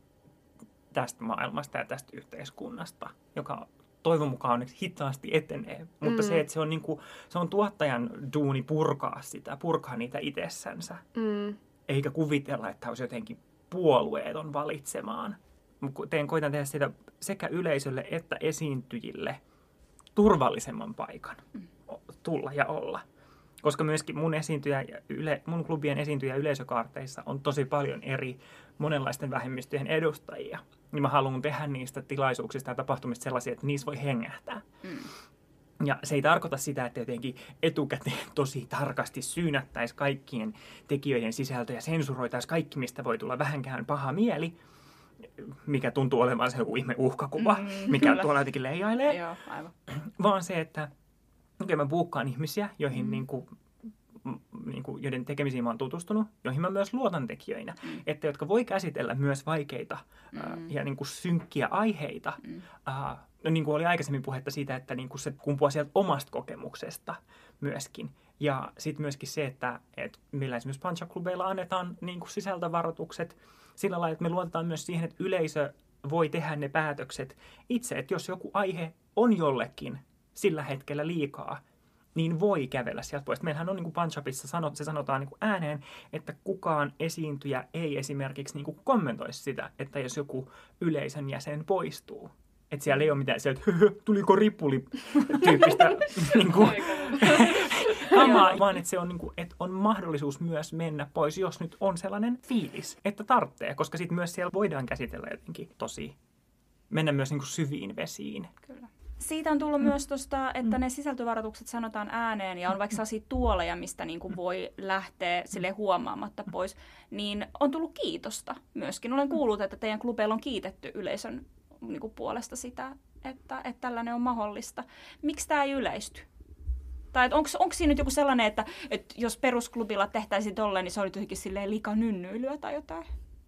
tästä maailmasta ja tästä yhteiskunnasta, joka toivon mukaan onneksi hitaasti etenee. Mutta mm. se, että se on, niin kuin, se on tuottajan duuni purkaa sitä, purkaa niitä itsessänsä, mm. eikä kuvitella, että olisi jotenkin puolueeton valitsemaan. Teen, koitan tehdä sitä sekä yleisölle että esiintyjille turvallisemman paikan mm. tulla ja olla. Koska myöskin mun, esiintyjä, yle, mun klubien esiintyjä yleisökaarteissa on tosi paljon eri monenlaisten vähemmistöjen edustajia. Niin mä haluan tehdä niistä tilaisuuksista ja tapahtumista sellaisia, että niissä voi hengähtää. Mm. Ja se ei tarkoita sitä, että jotenkin etukäteen tosi tarkasti syynättäisiin kaikkien tekijöiden sisältöjä ja sensuroitaisiin kaikki, mistä voi tulla vähänkään paha mieli, mikä tuntuu olevan se joku ihme uhkakuva, mm, mikä kyllä. tuolla jotenkin leijailee. Joo, aivan. Vaan se, että okay, mä buukkaan ihmisiä, joihin mm. niin kuin, niin kuin, joiden tekemisiin mä oon tutustunut, joihin mä myös luotan tekijöinä, mm. että jotka voi käsitellä myös vaikeita mm. äh, ja niin kuin synkkiä aiheita. Mm. Äh, no niin kuin oli aikaisemmin puhetta siitä, että niin kuin se kumpuaa sieltä omasta kokemuksesta myöskin. Ja sitten myöskin se, että, että meillä esimerkiksi Punch-klubeilla annetaan niin kuin sisältövaroitukset sillä lailla, että me luotetaan myös siihen, että yleisö voi tehdä ne päätökset itse. Että jos joku aihe on jollekin sillä hetkellä liikaa, niin voi kävellä sieltä pois. Meillähän on niin kuin Punch-upissa, sanot, se sanotaan niin kuin ääneen, että kukaan esiintyjä ei esimerkiksi niin kuin kommentoisi sitä, että jos joku yleisön jäsen poistuu. Että siellä ei ole mitään sieltä, tuliko ripuli tyyppistä niin kuin, kamaa, vaan että se on, niin kuin, että on mahdollisuus myös mennä pois, jos nyt on sellainen fiilis, että tarvitsee. Koska sitten myös siellä voidaan käsitellä jotenkin tosi, mennä myös niin kuin syviin vesiin. Kyllä. Siitä on tullut mm. myös tuosta, että ne sisältövaroitukset sanotaan ääneen ja on vaikka sellaisia tuoleja, mistä niin kuin voi lähteä sille huomaamatta pois, niin on tullut kiitosta myöskin. Olen kuullut, että teidän klubeilla on kiitetty yleisön niin kuin puolesta sitä, että, että tällainen on mahdollista. Miksi tämä ei yleisty? Tai onko siinä nyt joku sellainen, että, että jos perusklubilla tehtäisiin tolleen, niin se oli jotenkin silleen likanynnyilyä tai jotain?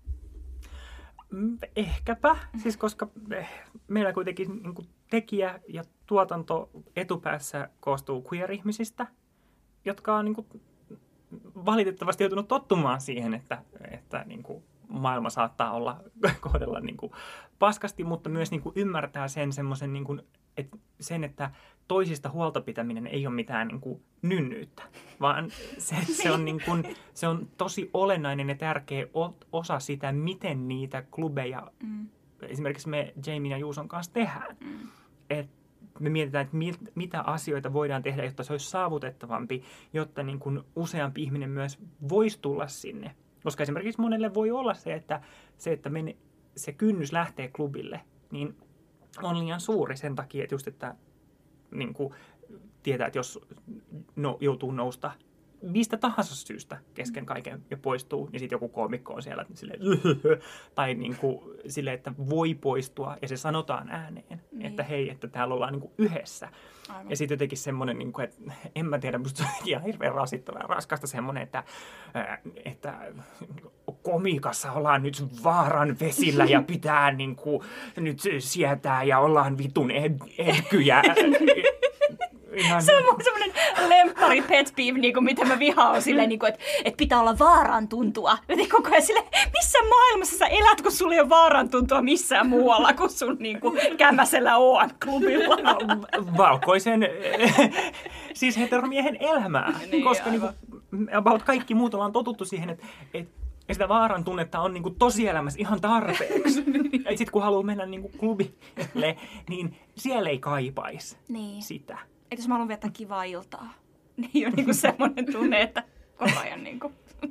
Ehkäpä, siis koska meillä kuitenkin niin kuin tekijä ja tuotanto etupäässä koostuu queer-ihmisistä, jotka on niin kuin valitettavasti joutunut tottumaan siihen, että, että niin kuin maailma saattaa olla kohdella niin kuin paskasti, mutta myös niin kuin ymmärtää sen semmoisen, niin kuin, että sen, että toisista huolta pitäminen ei ole mitään niin kuin nynnyyttä, vaan se, se, on niin kuin, se on tosi olennainen ja tärkeä osa sitä, miten niitä klubeja mm. esimerkiksi me Jamien ja Juuson kanssa tehdään. Mm. Et me mietitään, että mit, mitä asioita voidaan tehdä, jotta se olisi saavutettavampi, jotta niin kuin useampi ihminen myös voisi tulla sinne. Koska esimerkiksi monelle voi olla se, että se, että men, se kynnys lähtee klubille, niin on liian suuri sen takia, että just, että niin kuin, tietää, että jos no, joutuu nousta mistä tahansa syystä kesken kaiken ja poistuu, niin sitten joku koomikko on siellä silleen, tai niin kuin, silleen, että voi poistua ja se sanotaan ääneen, niin. Että hei, että täällä ollaan niin kuin yhdessä. Aivan. Ja sitten jotenkin semmoinen, niin kuin, että en mä tiedä, musta se on ihan hirveän rasittavaa ja raskasta semmoinen, että, että komiikassa ollaan nyt vaaran vesillä ja pitää niin kuin, nyt sietää ja ollaan vitun ed- edkyjä. Ihan... Se on mun semmoinen lemppari pet peeve, niin kuin, mitä mä vihaan silleen, niin kuin, että, että pitää olla vaaran tuntua. Joten koko ajan silleen, missä maailmassa sä elät, kun sulla ei ole vaaran tuntua missään muualla kuin sun niin kuin, kämmäisellä O M-klubilla. No, valkoisen, siis heteromiehen elämää. Niin, koska niin kuin, about kaikki muut ollaan totuttu siihen, että, että ja sitä vaaran tunnetta on niin kuin tosielämässä ihan tarpeeksi. Sitten kun haluaa mennä niin kuin klubille, niin siellä ei kaipaisi niin. sitä. Että jos mä haluan viettää kivaa iltaa, niin ei ole niinku semmoinen tunne, että koko ajan niinku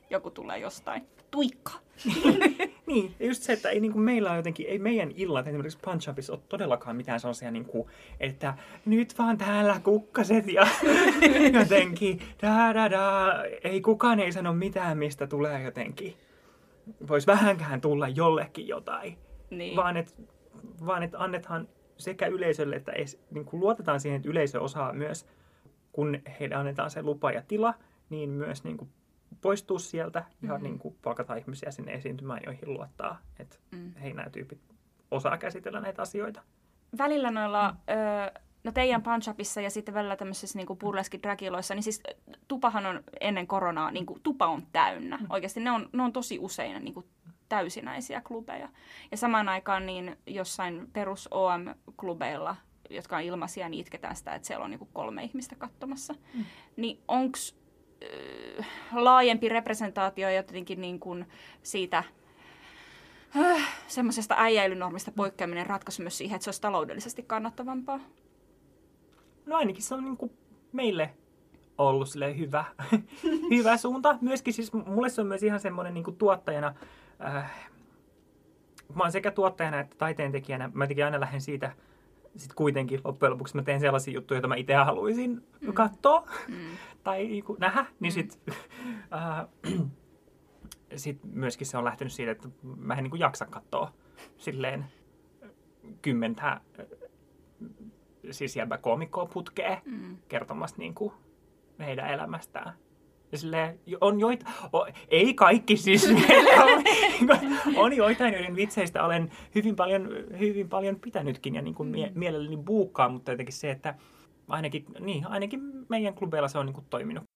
joku tulee jostain. Tuikka! Niin, ja just se, että ei niin kuin meillä on jotenkin, ei meidän illat esimerkiksi Punch-Upissa ole todellakaan mitään sellaisia, niin kuin, että nyt vaan täällä kukkaset ja jotenkin da da da, ei kukaan ei sano mitään, mistä tulee jotenkin. Voisi vähänkään tulla jollekin jotain, Niin. vaan että vaan et annetaan sekä yleisölle, että ei, niin kuin luotetaan siihen, että yleisö osaa myös, kun heille annetaan se lupa ja tila, niin myös niin kuin poistua sieltä ja mm-hmm. niin kuin palkata ihmisiä sinne esiintymään, joihin luottaa, että mm. hei, nämä tyypit osaa käsitellä näitä asioita. Välillä noilla, mm. ö, no teidän Punch-Upissa ja sitten välillä tämmöisissä niin burleski-dragiloissa, niin siis tupahan on ennen koronaa, niin kuin, tupa on täynnä. Mm. Oikeasti ne on, ne on tosi usein niin kuin täysinäisiä klubeja. Ja samaan aikaan niin jossain perus O M-klubeilla, jotka on ilmaisia, niin itketään sitä, että siellä on niin kuin kolme ihmistä katsomassa. Mm. Niin onks laajempi representaatio jotenkin niin kuin siitä äh, semmoisesta äijäilynormista poikkeaminen ratkaisu myös siihen, että se olisi taloudellisesti kannattavampaa? No ainakin se on niin kuin meille ollut hyvä, hyvä suunta. Myöskin siis mulle se on myös ihan semmoinen niin kuin tuottajana, äh, mä oon sekä tuottajana että taiteentekijänä, mä jotenkin aina lähden siitä, sitten kuitenkin loppujen lopuksi mä teen sellaisia juttuja, joita mä itse haluaisin mm. katsoa mm. tai niinku nähdä, niin mm. sitten äh, sit myöskin se on lähtenyt siitä, että mä en niinku jaksa katsoa silleen kymmentä äh, siis jäbä koomikkoa putkeen mm. kertomassa niinku heidän elämästään. Ja silleen, on joita, o, ei kaikki siis, on joitain, joiden vitseistä olen hyvin paljon, hyvin paljon pitänytkin ja niin kuin mie- mielelläni buukkaa, mutta jotenkin se, että ainakin, niin, ainakin meidän klubeilla se on niin kuin toiminut.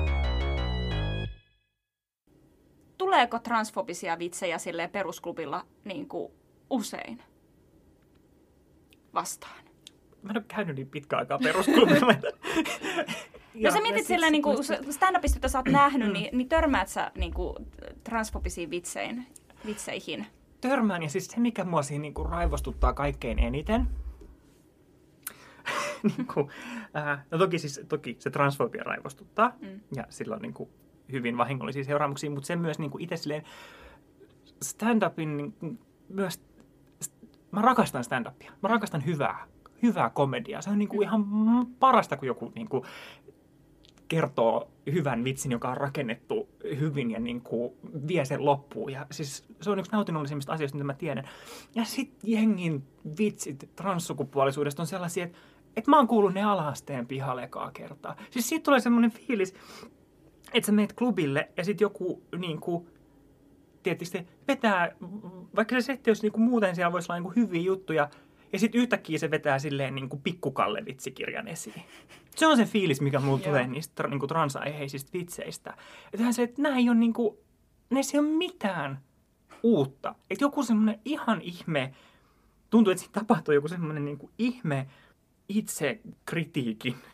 Tuleeko transfobisia vitsejä silleen perusklubilla niin kuin usein vastaan? Mä en ole käynyt niin pitkä aikaa perusklubilla. Jos sä mietit silleen, niin kuin stand-upista, jota sä oot nähnyt, niin, niin törmäät sä niin kuin transfobisiin vitsein, vitseihin? Törmään, ja siis se, mikä mua siinä niin kuin raivostuttaa kaikkein eniten, niin kuin, äh, no toki, siis, toki se transfobia raivostuttaa, mm. ja sillä on niin kuin hyvin vahingollisia seuraamuksia, mutta se myös niin kuin itse silleen stand-upin niin kuin, myös, mä rakastan stand-upia, mä rakastan hyvää, hyvää komediaa. Se on niin kuin ihan parasta, kun joku niin kuin kertoo hyvän vitsin, joka on rakennettu hyvin ja niin kuin vie sen loppuun. Ja siis se on yksi nautinnollisemmista asioista, mitä mä tiedän. Ja sitten jengin vitsit transsukupuolisuudesta on sellaisia, että, että mä oon kuullut ne ala-asteen pihalle ekaa kertaa. Siis siitä tulee semmoinen fiilis, että sä meet klubille ja sitten joku niin kuin, tietysti vetää, vaikka se setti olisi niin kuin muuten siellä voisi olla niin kuin hyviä juttuja, ja sitten yhtäkkiä se vetää silleen niin kuin pikkukalle-vitsikirjan esiin. Se on se fiilis, mikä mulla tulee niistä niin kuin transaiheisista vitseistä. Että se, että nämä ei ole niin kuin, näissä ei ole mitään uutta. Että joku semmoinen ihan ihme, tuntuu, että siinä tapahtuu joku semmoinen niin kuin ihme itsekritiikin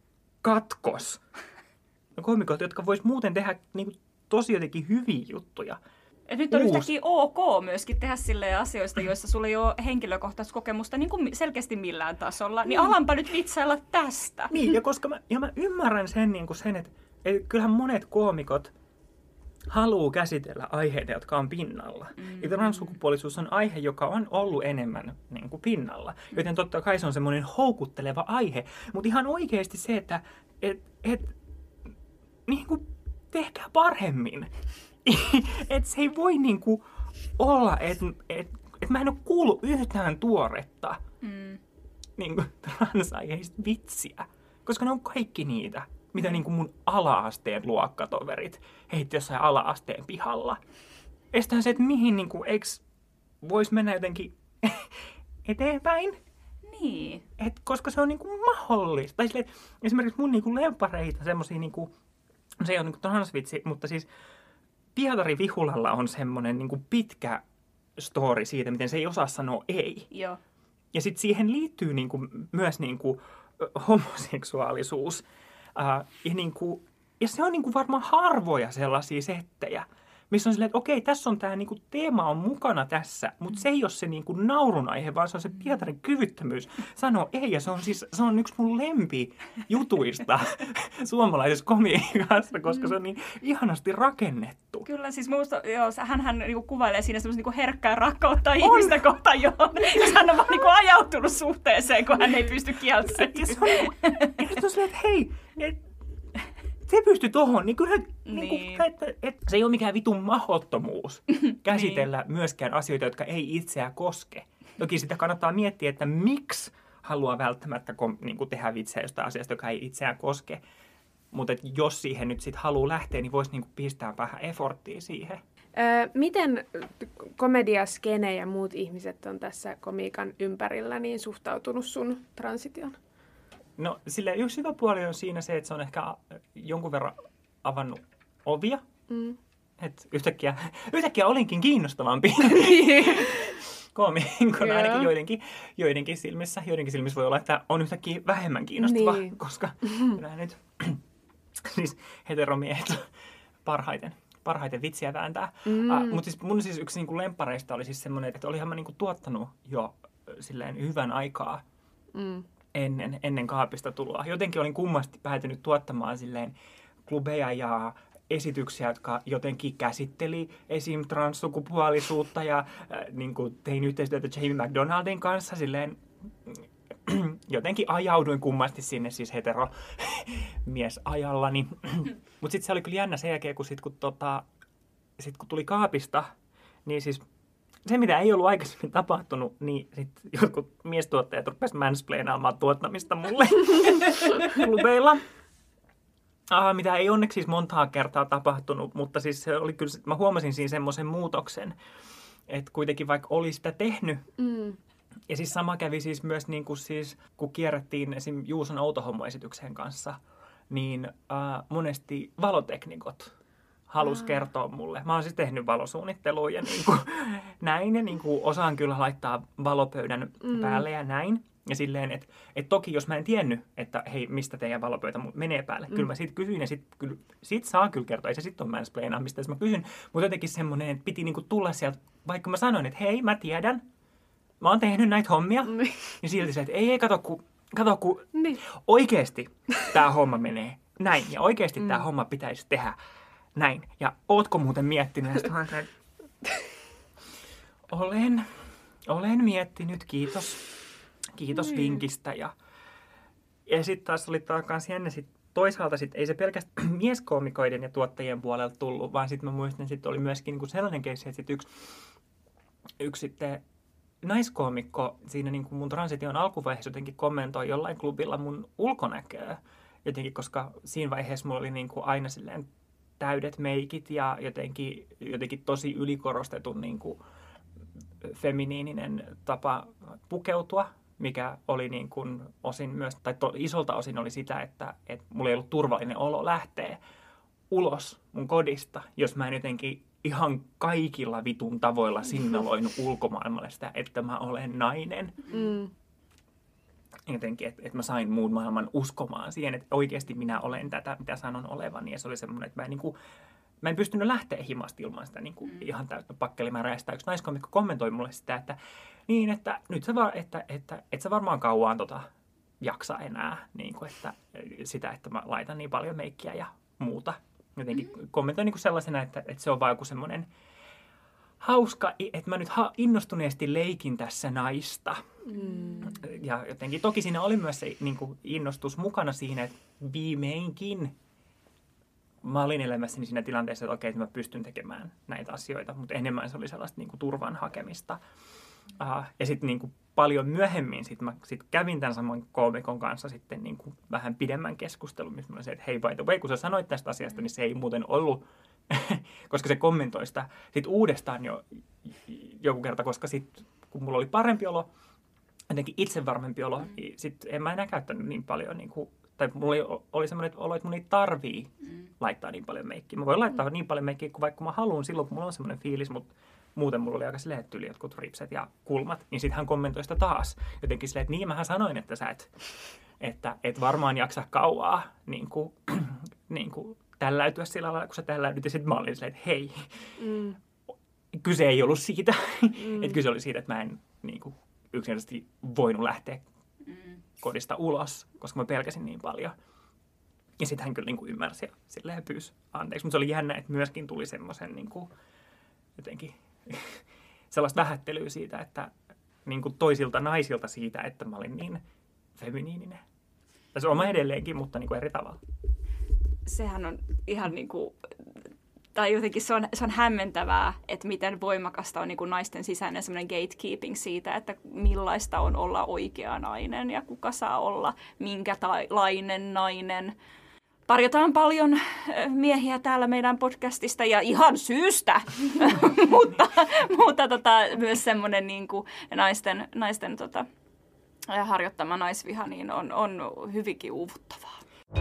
katkos. Ja koomikot, jotka vois muuten tehdä niin kuin tosi jotenkin hyviä juttuja. Et nyt on Uus. yhtäkkiä ok myöskin tehdä silleen asioista, joissa sulla ei ole henkilökohtaista kokemusta niin kuin selkeästi millään tasolla, niin alanpa nyt vitsailla tästä. Niin, ja koska mä, ja mä ymmärrän sen, niin kuin sen että, että kyllähän monet koomikot haluaa käsitellä aiheita, jotka on pinnalla. Mm. Ja transsukupuolisuus on aihe, joka on ollut enemmän niin kuin pinnalla. Joten totta kai se on semmoinen houkutteleva aihe. Mutta ihan oikeasti se, että et, et, niin kuin tehkää paremmin. Että se ei voi niinku olla, että et, et mä en ole kuullut yhtään tuoretta mm. niinku, transaiheista vitsiä. Koska ne on kaikki niitä, mitä mm. niinku mun ala-asteen luokkatoverit heitti jossain ala-asteen pihalla. Estään se, että mihin niinku, eiks vois mennä jotenkin eteenpäin. Niin. Et, koska se on niinku mahdollista. Tai silleen, esimerkiksi mun niinku lempareita, semmosia niinku, se ei ole niinku transvitsi, mutta siis Pietari Vihulalla on semmoinen niin kuin pitkä story siitä, miten se ei osaa sanoa ei. Joo. Ja sitten siihen liittyy niin kuin, myös niin kuin, homoseksuaalisuus. Uh, ja, niin kuin, ja se on niin kuin varmaan harvoja sellaisia settejä, missä on silleen, että okei, tässä on tämä niinku, teema on mukana tässä, mutta se ei ole se niinku, naurun aihe, vaan se on se Pietarin kyvyttömyys sanoa ei. Ja se on, siis, se on yksi mun lempijutuista suomalaisessa komiikassa, koska se on niin ihanasti rakennettu. Kyllä, siis musta, joo, hänhän niinku, kuvailee siinä semmoista niinku, herkkää rakkautta on. ihmistä kohtaan, johon hän on vaan niinku, ajautunut suhteeseen, kun hän ei pysty kieltämään. Ja se on, ja se on silleen, että hei, et, se pystyy tohon, niin kyllä, niin. Niin kuin, että, että se ei ole mikään vitun mahdottomuus käsitellä niin. myöskään asioita, jotka ei itseä koske. Toki sitä kannattaa miettiä, että miksi haluaa välttämättä niin kuin tehdä vitsejä jostain asiasta, joka ei itseään koske. Mutta jos siihen nyt sit haluaa lähteä, niin voisi niin kuin pistää vähän efforttia siihen. Öö, miten komediaskene ja muut ihmiset on tässä komiikan ympärillä niin suhtautunut sun transitioon? No sille yksi hyvä puoli on siinä se, että se on ehkä jonkun verran avannut ovia. Mm. Että yhtäkkiä, yhtäkkiä olinkin kiinnostavampi koomikkona ainakin joidenkin, joidenkin silmissä. Joidenkin silmissä voi olla, että on yhtäkkiä vähemmän kiinnostava, niin. koska nämä nyt siis heteromiehet parhaiten, parhaiten vitsiä vääntää. Mm. Uh, mutta siis mun siis yksi niinku lemppareista oli siis semmoinen, että olihan mä niinku tuottanut jo silleen hyvän aikaa. Mm. Ennen, ennen kaapista tuloa. Jotenkin olin kummasti päätynyt tuottamaan silleen klubeja ja esityksiä, jotka jotenkin käsitteli esim. Transsukupuolisuutta ja äh, niin kuin tein yhteistyötä Jamie McDonaldin kanssa silleen jotenkin ajauduin kummasti sinne siis heteromiesajallani. Mutta sitten se oli kyllä jännä sen jälkeen, kun, sit, kun, tota, sit, kun tuli kaapista, niin siis se, mitä ei ollut aikaisemmin tapahtunut, niin sitten jotkut miestuottajat rupesivat mansplainaamaan tuottamista mulle klubeilla. Ah, mitä ei onneksi siis montaa kertaa tapahtunut, mutta siis se oli kyllä, mä huomasin siinä semmoisen muutoksen, että kuitenkin vaikka oli sitä tehnyt. Mm. Ja siis sama kävi siis myös, niin kuin siis, kun kierrättiin esim. Juuson Outohomo-esityksen kanssa, niin äh, monesti valoteknikot halusi kertoa mulle. Mä oon siis tehnyt valosuunnittelua ja niin kuin, näin. Ja niin kuin, osaan kyllä laittaa valopöydän mm. päälle ja näin. Ja silleen, että et toki jos mä en tiennyt, että hei, mistä teidän valopöytä menee päälle. Mm. Kyllä mä siitä kysyin ja sit, kyllä, sit saa kyllä kertoa. Ei se sitten ole mansplainaamista, jos mä kysyn. Mutta jotenkin semmoinen, että piti niinku tulla sieltä, vaikka mä sanoin, että hei, mä tiedän. Mä oon tehnyt näitä hommia. Mm. Ja silti se, että ei, ei, kato, kun, kato, kun mm. oikeasti tää homma menee näin. Ja oikeasti mm. tää homma pitäisi tehdä näin. Ja ootko muuten miettinyt? Olen, olen, olen miettinyt, kiitos. Kiitos mm. vinkistä. Ja, ja sitten taas oli taas jännä. Sit toisaalta sit ei se pelkästään mieskoomikoiden ja tuottajien puolelta tullut, vaan sitten mä muistan, että oli myöskin niinku sellainen keissi, että sit yksi, yksi sitten naiskoomikko siinä niinku mun transition alkuvaiheessa jotenkin kommentoi jollain klubilla mun ulkonäköä. Jotenkin, koska siinä vaiheessa mulla oli niinku aina silleen täydet meikit ja jotenkin, jotenkin tosi ylikorostetun niin kuin feminiininen tapa pukeutua, mikä oli niin kuin osin myös, tai to, isolta osin oli sitä, että, että mulla ei ollut turvallinen olo lähteä ulos mun kodista, jos mä en jotenkin ihan kaikilla vitun tavoilla signaloinut ulkomaailmalle sitä, että mä olen nainen. Mm. Jotenkin, että, että mä sain muun maailman uskomaan siihen, että oikeasti minä olen tätä, mitä sanon olevani. Ja se oli semmoinen, että mä en, niin kuin, mä en pystynyt lähteä himasta ilman sitä niin kuin, mm. ihan täyttä pakkelimäärää. Sitä yksi naiskomikko kommentoi mulle sitä, että niin, että nyt sä, va- että, että, että sä varmaan kauan tota jaksa enää niin kuin, että, sitä, että mä laitan niin paljon meikkiä ja muuta. Jotenkin mm. kommentoi niin kuin sellaisena, että, että se on vaan joku semmoinen hauska, että mä nyt innostuneesti leikin tässä naista. Mm. Ja jotenkin toki siinä oli myös se niin kuin innostus mukana siinä, että viimeinkin mä olin elämässäni siinä tilanteessa, että okei, että mä pystyn tekemään näitä asioita, mutta enemmän se oli sellaista niin kuin turvan hakemista. Uh, ja sitten niin kuin paljon myöhemmin sit mä sit kävin tämän saman koomikon kanssa sitten niin kuin vähän pidemmän keskustelun, missä mä olin se, että hei, by the way, kun sä sanoit tästä asiasta, niin se ei muuten ollut, koska se kommentoi sitä sit uudestaan jo joku kerta, koska sitten kun mulla oli parempi olo, jotenkin itsevarmempi olo, niin sitten en mä enää käyttänyt niin paljon, niin kuin, tai mulla oli, oli semmoinen olo, että mun ei tarvii mm. laittaa niin paljon meikkiä. Mä voin laittaa mm. niin paljon meikkiä kuin vaikka mä haluan silloin, kun mulla on semmoinen fiilis, mutta muuten mulla oli aika silleen, että yli jotkut ripset ja kulmat, niin sitten hän kommentoi sitä taas. Jotenkin silleen, että niin mähän sanoin, että sä et, että et varmaan jaksa kauaa niin kuin, niin kuin tälläytyä sillä lailla, kun sä tälläydyt. Ja sitten mä olin silleen, että hei, Mm. kyse ei ollut siitä. Mm. että kyse oli siitä, että mä en niin kuin, yksinkertaisesti voinut lähteä Mm. kodista ulos, koska mä pelkäsin niin paljon. Ja sitten hän kyllä niin kuin ymmärsi ja silleen pyysi anteeksi. Mutta se oli jännä, että myöskin tuli semmoisen niin kuin, jotenkin sellaista vähättelyä siitä, että niin kuin toisilta naisilta siitä, että mä olin niin feminiininen. Tai se on oma edelleenkin, mutta niin kuin eri tavalla. Sehän on ihan niin kuin, tai jotenkin se on, se on hämmentävää, että miten voimakasta on niin kuin naisten sisäinen semmoinen gatekeeping siitä, että millaista on olla oikea nainen ja kuka saa olla minkälainen nainen. Tarjotaan paljon miehiä täällä meidän podcastista ja ihan syystä, mutta, mutta tota, myös semmoinen niin kuin naisten, naisten tota, harjoittama naisviha niin on, on hyvinkin uuvuttavaa.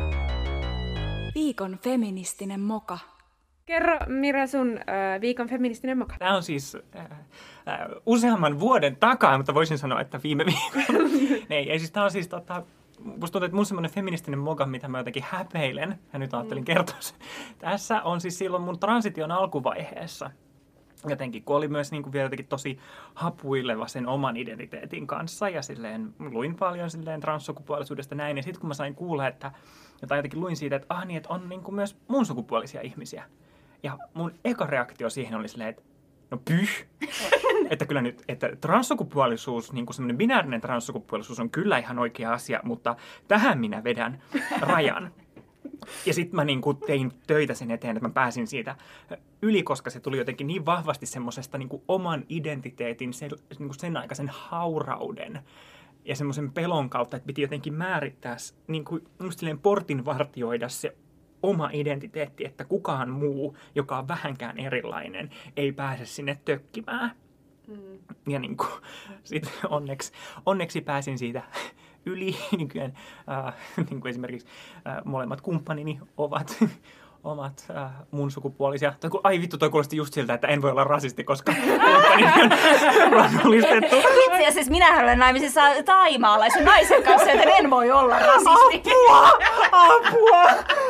Viikon feministinen moka. Kerro, Mira, sun äh, viikon feministinen moka. Tämä on siis äh, äh, useamman vuoden takaa, mutta voisin sanoa, että viime viikolla. ei, ei siis tämä on siis tota, musta tuntuu, että mun semmoinen feministinen moka, mitä mä jotenkin häpeilen, ja nyt ajattelin kertoa sen. Tässä on siis silloin mun transition alkuvaiheessa. Jotenkin, kun oli myös niin kuin vielä jotenkin tosi hapuileva sen oman identiteetin kanssa, ja silleen luin paljon silleen transsukupuolisuudesta näin, ja sitten kun mä sain kuulla, että, jotain jotenkin luin siitä, että ah niin, että on niin kuin myös mun sukupuolisia ihmisiä. Ja mun eka reaktio siihen oli silleen, että no pyh, että kyllä nyt, että transsukupuolisuus, niin kuin semmoinen binäärinen transsukupuolisuus on kyllä ihan oikea asia, mutta tähän minä vedän rajan. Ja sitten mä niin kuin tein töitä sen eteen, että mä pääsin siitä yli, koska se tuli jotenkin niin vahvasti semmoisesta niin kuin oman identiteetin, sen, niin kuin sen aikaisen haurauden ja semmoisen pelon kautta, että piti jotenkin määrittää, niin kuin just silleen portinvartioida se oma identiteetti, että kukaan muu, joka on vähänkään erilainen, ei pääse sinne tökkimään. Mm. Ja niin kuin, sit onneksi, onneksi pääsin siitä yli. Nykyään äh, niin kuin esimerkiksi äh, molemmat kumppanini ovat omat äh, mun sukupuolisia. Toi, ai vittu, toi kuulosti just siltä, että en voi olla rasisti, koska kumppanini on rannulistettu. Itse asiassa minähän olen naimisissa taimaalaisen naisen kanssa, joten en voi olla rasisti. Apua! Apua!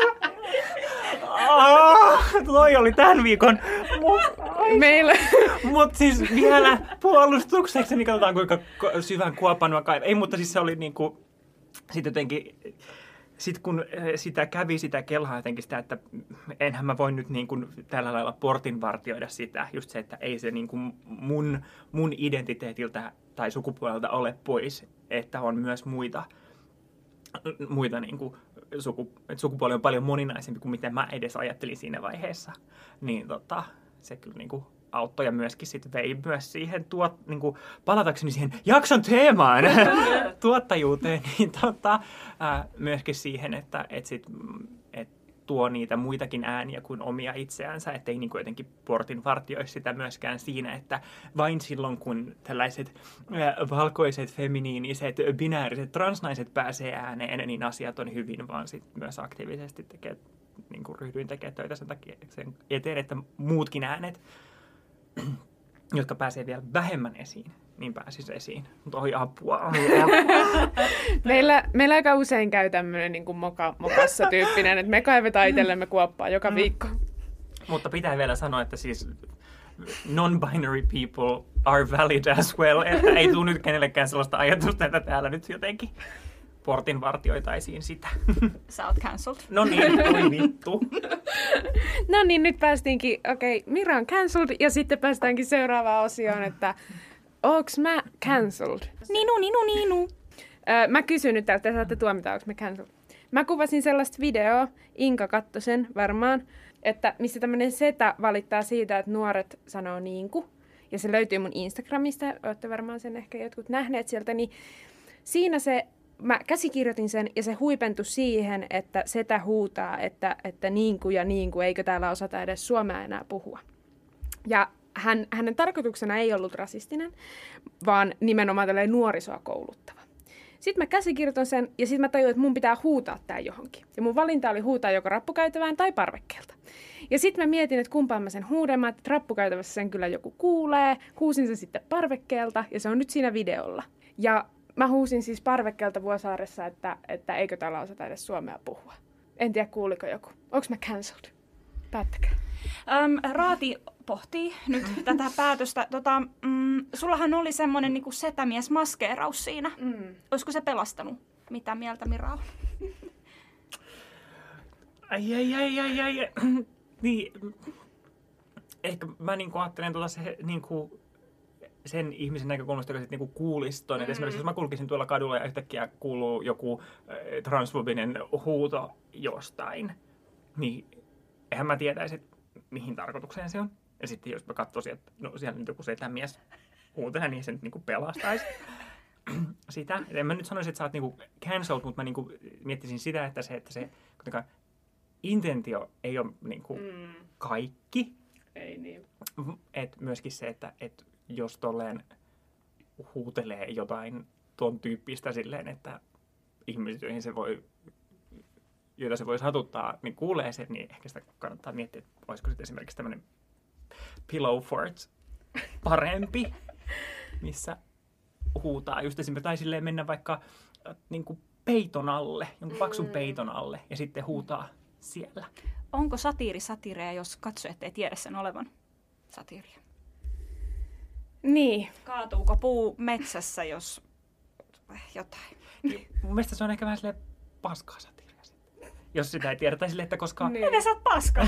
Ah, toi oli tämän viikon. Meillä. Mutta siis vielä puolustukseksi, niin katsotaan kuinka syvän kuopan mä kaivan. Ei, mutta siis se oli niinku, sit jotenkin, sit kun sitä kävi sitä kelhaa jotenkin sitä, että enhän mä voi nyt niinku tällä lailla portinvartioida sitä, just se, että ei se niinku mun, mun identiteetiltä tai sukupuolelta ole pois, että on myös muita, muita niinku, suku, sukupuoli on paljon moninaisempi kuin mitä mä edes ajattelin siinä vaiheessa, niin tota, se kyllä niinku auttoi ja myöskin sit vei myös siihen, tuot, niinku, palatakseni siihen jakson teemaan, tuottajuuteen, niin tota, ää, myöskin siihen, että et sit, et tuo niitä muitakin ääniä kuin omia itseänsä, ettei niinku jotenkin portin vartioisi sitä myöskään siinä, että vain silloin kun tällaiset ää, valkoiset, feminiiniset, binääriset, transnaiset pääsee ääneen, niin asiat on hyvin, vaan sit myös aktiivisesti tekee, niinku ryhdyin tekemään töitä sen takia sen eteen, että muutkin äänet, jotka pääsee vielä vähemmän esiin, niin pääsisi esiin. Mutta oi apua. meillä, meillä aika usein käy tämmöinen niin kuin moka, mokassa tyyppinen, että me kaivetaan itsellemme kuoppaa joka viikko. Mutta pitää vielä sanoa, että siis non-binary people are valid as well. Että ei tule nyt kenellekään sellaista ajatusta, että täällä nyt jotenkin portinvartioitaisiin sitä. Sä oot cancelled. No niin, oi vittu. No niin, nyt päästiinkin, okei, okay, Mira on cancelled ja sitten päästäänkin seuraavaan osioon, että onks mä cancelled? Ninu, ninu, ninu. Öö, mä kysyn nyt täältä, te saatte tuomita, onks mä cancelled. Mä kuvasin sellaista videoa, Inka katsoi sen varmaan, että missä tämmönen setä valittaa siitä, että nuoret sanoo niinku. Ja se löytyy mun Instagramista, ootte varmaan sen ehkä jotkut nähneet sieltä, niin siinä se mä käsikirjoitin sen ja se huipentui siihen, että setä huutaa, että, että niinku ja niinku, eikö täällä osata edes suomea enää puhua. Ja hän, hänen tarkoituksena ei ollut rasistinen, vaan nimenomaan tällainen nuorisoa kouluttava. Sitten mä käsikirjoitan sen ja sitten mä tajuin, että mun pitää huutaa tää johonkin. Ja mun valinta oli huutaa joko rappukäytävään tai parvekkeelta. Ja sitten mä mietin, että kumpaan mä sen huudan, että rappukäytävässä sen kyllä joku kuulee. Huusin sen sitten parvekkeelta ja se on nyt siinä videolla. Ja mä huusin siis parvekkeelta Vuosaaressa, että, että eikö täällä osata edes suomea puhua. En tiedä, kuuliko joku. Onko mä cancelled? Päättäkää. Öm, Raati pohtii nyt tätä päätöstä. Tota, mm, sullahan oli semmoinen niinku setämies-maskeeraus siinä. Mm. Olisiko se pelastanut? Mitä mieltä Mira on? Ai, ai, ai, ai, ai. Niin, ehkä mä niinku ajattelen tuota se niinku sen ihmisen näkökulmasta, joka sitten niinku kuulisi ton. Mm-hmm. Esimerkiksi jos mä kulkisin tuolla kadulla ja yhtäkkiä kuuluu joku äh, transfobinen huuto jostain, niin eihän mä tietäisi, että mihin tarkoitukseen se on. Ja sitten jos mä katsoisin, että no siellä nyt joku setämies huutelee, niin se nyt niinku pelastaisi sitä. Et en mä nyt sanoisi, että sä oot niinku cancelled, mutta mä niinku miettisin sitä, että se, että se kuitenkaan intentio ei ole niinku mm. kaikki. Ei niin. Et myöskin se, että et jos tolleen huutelee jotain tuon tyyppistä silleen, että ihmiset, joihin se voi, joita se voi satuttaa, niin kuulee sen, niin ehkä sitä kannattaa miettiä, että olisiko sitten esimerkiksi tämmöinen pillow fort parempi, missä huutaa just esimerkiksi, tai silleen mennä vaikka äh, niin kuin peiton alle, jonkun paksun mm. peiton alle, ja sitten huutaa siellä. Onko satiiri satiireja, jos katsojat ei tiedä sen olevan satiiria? Niin. Kaatuuko puu metsässä, jos jotain? Mun mielestä se on ehkä vähän silleen paskaa satiiria sitten. Jos sitä ei tiedä, tai silleen, että koska... Niin. Miten sä oot paska?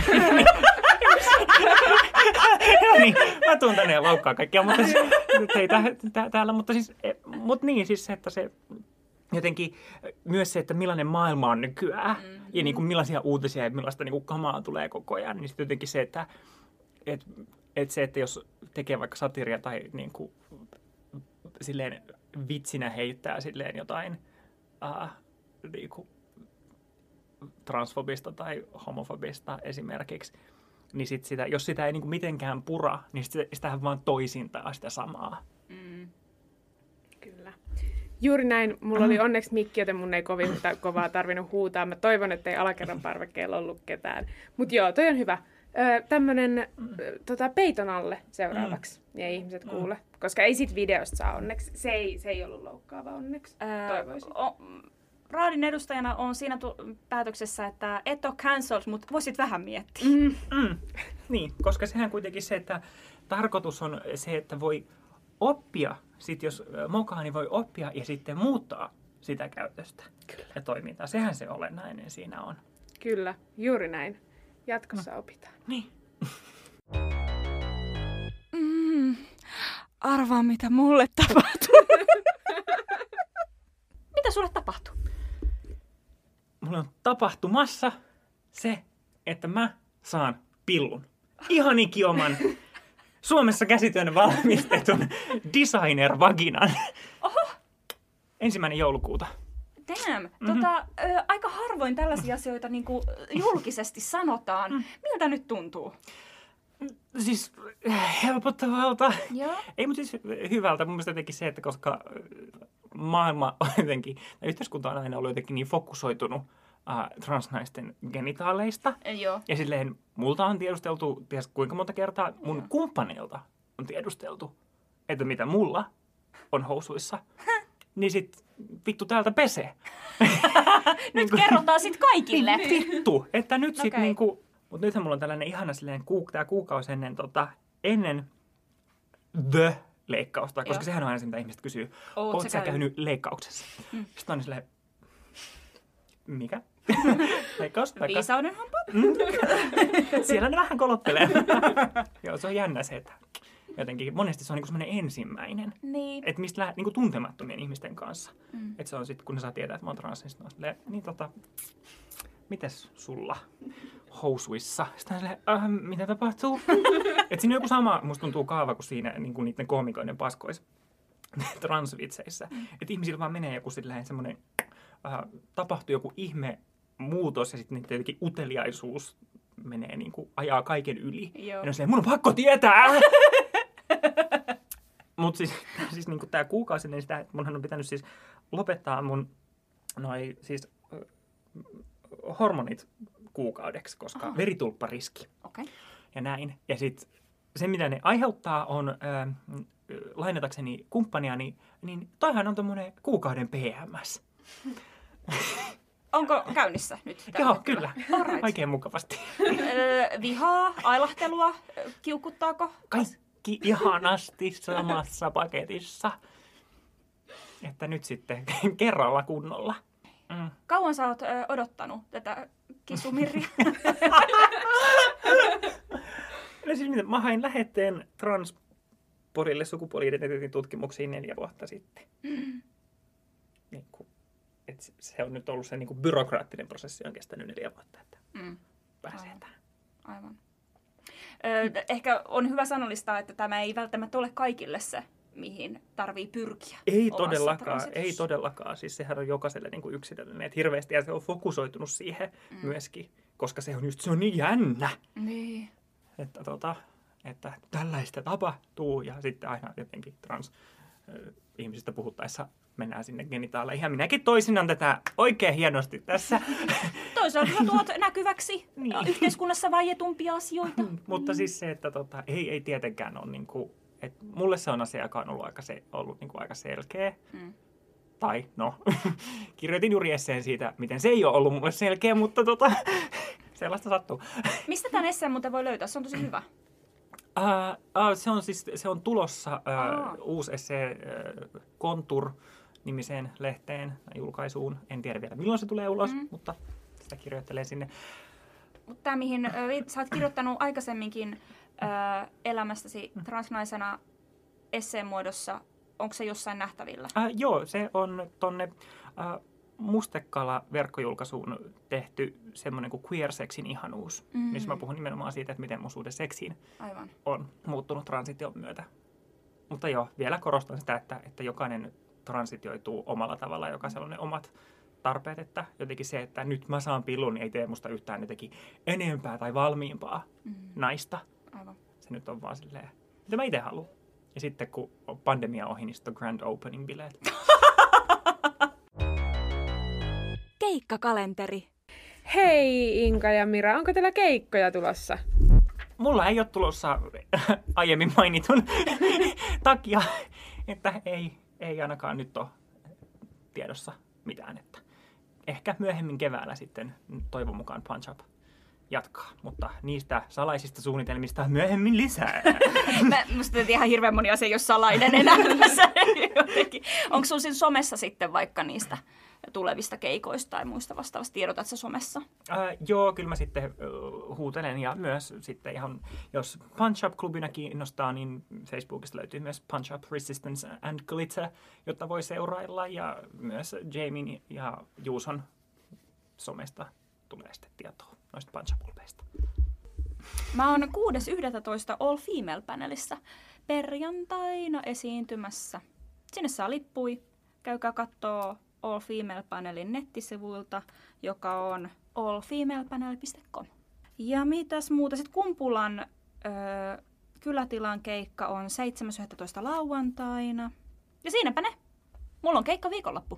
No niin, mä tuun tänne ja loukkaan kaikkia, mutta siis, nyt ei tä, tä, täällä, mutta siis, mut niin, siis se, että se jotenkin myös se, että millainen maailma on nykyään, mm-hmm. ja niin kuin millaisia uutisia ja millaista niin kuin kamaa tulee koko ajan, niin sitten jotenkin se, että et, et se, että jos tekee vaikka satiria tai niin kuin, silleen vitsinä heittää silleen jotain uh, niin kuin transfobista tai homofobista esimerkiksi, niin sit sitä, jos sitä ei niin kuin mitenkään pura, niin sit sitähän vaan toisintaa sitä samaa. Mm. Kyllä. Juuri näin. Mulla oli onneksi mikki, joten mun ei kovin kovaa tarvinnut huutaa. Mä toivon, ettei alakerran parvekkeella ollut ketään. Mut joo, toi on hyvä. Öö, tämmönen mm. tota, peiton alle seuraavaksi. Mm. Niin ei ihmiset kuule. Mm. Koska ei sit videosta saa onneksi. Se ei, se ei ollut loukkaava onneksi. Öö, Toivoisin. O- Raadin edustajana on siinä tu- päätöksessä, että et ole cancelled, mutta voisit vähän miettiä. Mm. Mm. Niin, koska sehän kuitenkin se, että tarkoitus on se, että voi oppia, sit jos mokaa, niin voi oppia ja sitten muuttaa sitä käytöstä Kyllä. ja toimintaa. Sehän se olennainen siinä on. Kyllä, juuri näin. Jatkossa no. opitaan. Niin. Mm, arvaa, mitä mulle tapahtuu. Mitä sulle tapahtuu? Mulle on tapahtumassa se, että mä saan pillun. Ihan ikioman Suomessa käsityön valmistetun designer-vaginan. Oho! Ensimmäinen joulukuuta. Damn! Mm-hmm. Tota, ö, aika harvoin tällaisia asioita niin kuin julkisesti sanotaan. Mm. Miltä nyt tuntuu? Siis helpottavalta. Joo. Ei, mutta siis hyvältä. Mun mielestä jotenkin se, että koska maailma on jotenkin, yhteiskunta on aina ollut jotenkin niin fokusoitunut uh, transnaisten genitaaleista. Joo. Ja silleen multa on tiedusteltu, ties kuinka monta kertaa, mun Joo. kumppaneilta on tiedusteltu, että mitä mulla on housuissa. Niin sit vittu täältä pesee. Nyt kerrotaan sit kaikille. Vittu, että nyt sit okay. niinku, mut nythän mulla on tällainen ihana silleen kuuk, tää kuukausi ennen tota, ennen the leikkausta, koska Joo. sehän on aina se, mitä ihmiset kysyy. Oot Oot sä käynyt, käynyt leikkauksessa? Mm. Sitten on silleen, mikä? Leikkaus? Viisauden hampaat? Mm. Siellä ne vähän kolottelee. Joo, se on jännä se, että jotenkin monesti se on niinku semmoinen ensimmäinen. Niin. Että mistä lähdet niinku tuntemattomien ihmisten kanssa. Mm. Että se on sitten, kun ne saa tietää, että mä oon trans, niin sitten on silleen, niin tota, mites sulla housuissa? Sitten on silleen, äh, mitä tapahtuu? Että siinä on joku sama, musta tuntuu kaava kuin siinä niinku niiden koomikoiden paskoissa transvitseissä. Mm. Että ihmisillä vaan menee joku silleen semmoinen, äh, tapahtuu joku ihme muutos ja sitten niiden jotenkin uteliaisuus menee niinku, ajaa kaiken yli. Joo. Ja ne on silleen, mun on pakko tietää! Mutta siis, siis niinku tää kuukausi, niin sitä, munhan on pitänyt siis lopettaa mun noi siis hormonit kuukaudeksi, koska Aha. veritulppariski okay. ja näin. Ja sit se, mitä ne aiheuttaa, on äh, lainatakseni kumppaniani, niin toihan on tommonen kuukauden P M S. Onko käynnissä nyt? Joo, kyllä. Alright. Oikein mukavasti. Öö, vihaa, ailahtelua, kiukuttaako? Kaikki ihanasti samassa paketissa. Että nyt sitten kerralla kunnolla. Mm. Kauan sä oot ö, odottanut tätä kisumirriä? No siis mitä, mä hain lähetteen Transporille sukupuoli-identiteetin tutkimuksiin neljä vuotta sitten. Mm. Niin kuin, et se on nyt ollut se niin kuin byrokraattinen prosessi, on kestänyt neljä vuotta, että Mm. pääsee Aivan. tähän. Aivan. Ö, ehkä on hyvä sanallistaa, että tämä ei välttämättä ole kaikille se, mihin tarvii pyrkiä. Ei omassa todellakaan, transitossa. ei todellakaan. Siis sehän on jokaiselle niin kuin yksilöllinen, että hirveästi ja se on fokusoitunut siihen mm. myöskin, koska se on just se on niin jännä, Niin. että, tota, että tällaista tapahtuu ja sitten aina jotenkin trans ö, ihmisistä puhuttaessa mennään sinne genitaaleihin. Ja minäkin toisinnan tätä oikein hienosti tässä. Toisaalta sä tuot näkyväksi Niin. yhteiskunnassa vaietumpia asioita. Mutta siis se, että tota, ei, ei tietenkään ole, niin kuin, että mulle se on asia, joka on ollut aika, se, ollut niin kuin aika selkeä. Mm. Tai no, kirjoitin juuri esseen siitä, miten se ei ole ollut mulle selkeä, mutta tota, sellaista sattuu. Mistä tämän esseen muuten voi löytää? Se on tosi hyvä. Uh, uh, se on siis se on tulossa Aa. uh, uusi essee uh, Kontur-nimiseen lehteen julkaisuun. En tiedä vielä milloin se tulee ulos, Mm. mutta sitä kirjoittelee sinne. Mutta tämä, mihin ö, sä oot kirjoittanut aikaisemminkin ö, elämästäsi transnaisena esseen muodossa, onko se jossain nähtävillä? Uh, joo, se on tonne uh, Mustekala-verkkojulkaisuun tehty semmoinen kuin queer sexin ihanuus. Mm. Missä mä puhun nimenomaan siitä, että miten mun suhde seksiin Aivan. on muuttunut transition myötä. Mutta joo, vielä korostan sitä, että, että jokainen transitioituu omalla tavalla, jokaisella on ne omat tarpeet, että jotenkin se, että nyt mä saan pillun, niin ei tee musta yhtään jotenkin enempää tai valmiimpaa Mm. naista. Aivan. Se nyt on vaan silleen, mitä mä itse haluan. Ja sitten kun on pandemia ohi, niin sitten on grand opening bileet. Keikkakalenteri. Hei Inka ja Mira, onko teillä keikkoja tulossa? Mulla ei ole tulossa aiemmin mainitun takia, että ei, ei ainakaan nyt ole tiedossa mitään. Että ehkä myöhemmin keväällä sitten toivon mukaan Punch Up jatkaa, mutta niistä salaisista suunnitelmista myöhemmin lisää. Mä, musta ihan hirveän moni asia ei ole salainen enää. Onko sun siinä somessa sitten vaikka niistä tulevista keikoista tai muista vastaavasta? Tiedotat sä somessa? Äh, joo, kyllä mä sitten äh, huutelen ja myös sitten ihan, jos Punch Up-klubina kiinnostaa, niin Facebookista löytyy myös Punch Up Resistance and Glitter, jotta voi seurailla ja myös Jamin ja Juuson somesta tulee sitten tietoa noista Punch Up-klubeista. Mä oon kuudes yhdestoista All Female-panelissa perjantaina esiintymässä. Sinne saa lippui. Käykää kattoo All Female-panelin nettisivuilta, joka on all female panel piste com. Ja mitäs muuta? Sitten Kumpulan öö, kylätilan keikka on seitsemäs yhdestoista lauantaina. Ja siinäpä ne. Mulla on keikka viikonloppu.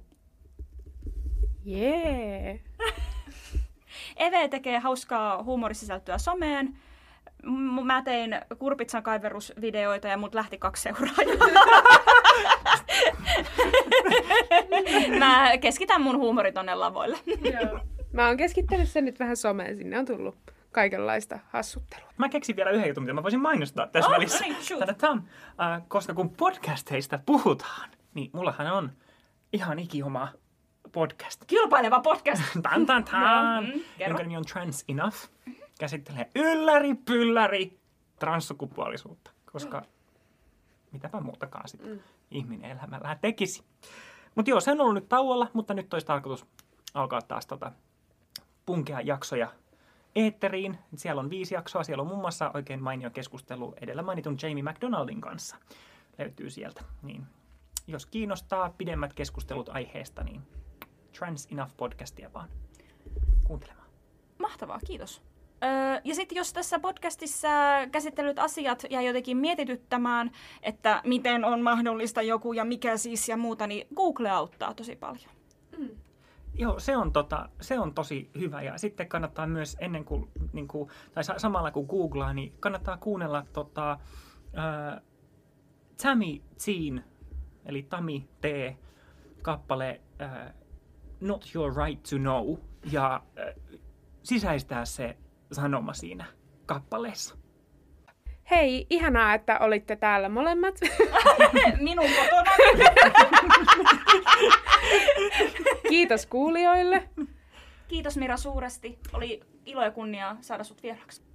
Jee! Yeah. Eve tekee hauskaa huumorisisältöä someen. M- Mä tein kurpitsan kaiverusvideoita ja mut lähti kaksi seuraajaa. Mä keskitän mun huumori tonne lavoille. Joo. Mä oon keskittänyt sen nyt vähän someen. Sinne on tullut kaikenlaista hassuttelua. Mä keksin vielä yhden jutun, mitä mä voisin mainostaa tässä Oh, välissä. no niin, shoot. Tätä, äh, koska kun podcasteista puhutaan, niin mullahan on ihan ikioma podcast. Kilpaileva podcast. Tan tan tan. No, mm, kerro. Jonka nimi on Trans Enough. Käsittelee ylläri pylläri transsukupuolisuutta. Koska mitäpä muutakaan sitten mm. ihminen elämällään tekisi. Mutta joo, se on ollut nyt tauolla, mutta nyt olisi tarkoitus alkaa taas tota, punkea jaksoja eetteriin. Siellä on viisi jaksoa. Siellä on muun muassa oikein mainio keskustelu edellä mainitun Jamie McDonaldin kanssa. Löytyy sieltä. Niin, jos kiinnostaa pidemmät keskustelut aiheesta, niin Trans Enough podcastia vaan kuuntelemaan. Mahtavaa, kiitos. Öö, ja sitten jos tässä podcastissa käsittelyt asiat jää jotenkin mietityttämään, että miten on mahdollista joku ja mikä siis ja muuta, niin Google auttaa tosi paljon. Mm. Joo, se on, tota, se on tosi hyvä ja sitten kannattaa myös ennen kuin, niin kuin tai sa- samalla kun googlaa, niin kannattaa kuunnella tota, äh, Tammy Teen, eli Tami T, kappale äh, not your right to know ja äh, sisäistää se sanoma siinä kappaleessa. Hei, ihanaa, että olitte täällä molemmat. Minun kotona. Kiitos kuulijoille. Kiitos Mira suuresti. Oli ilo ja kunnia saada sut vieraksi.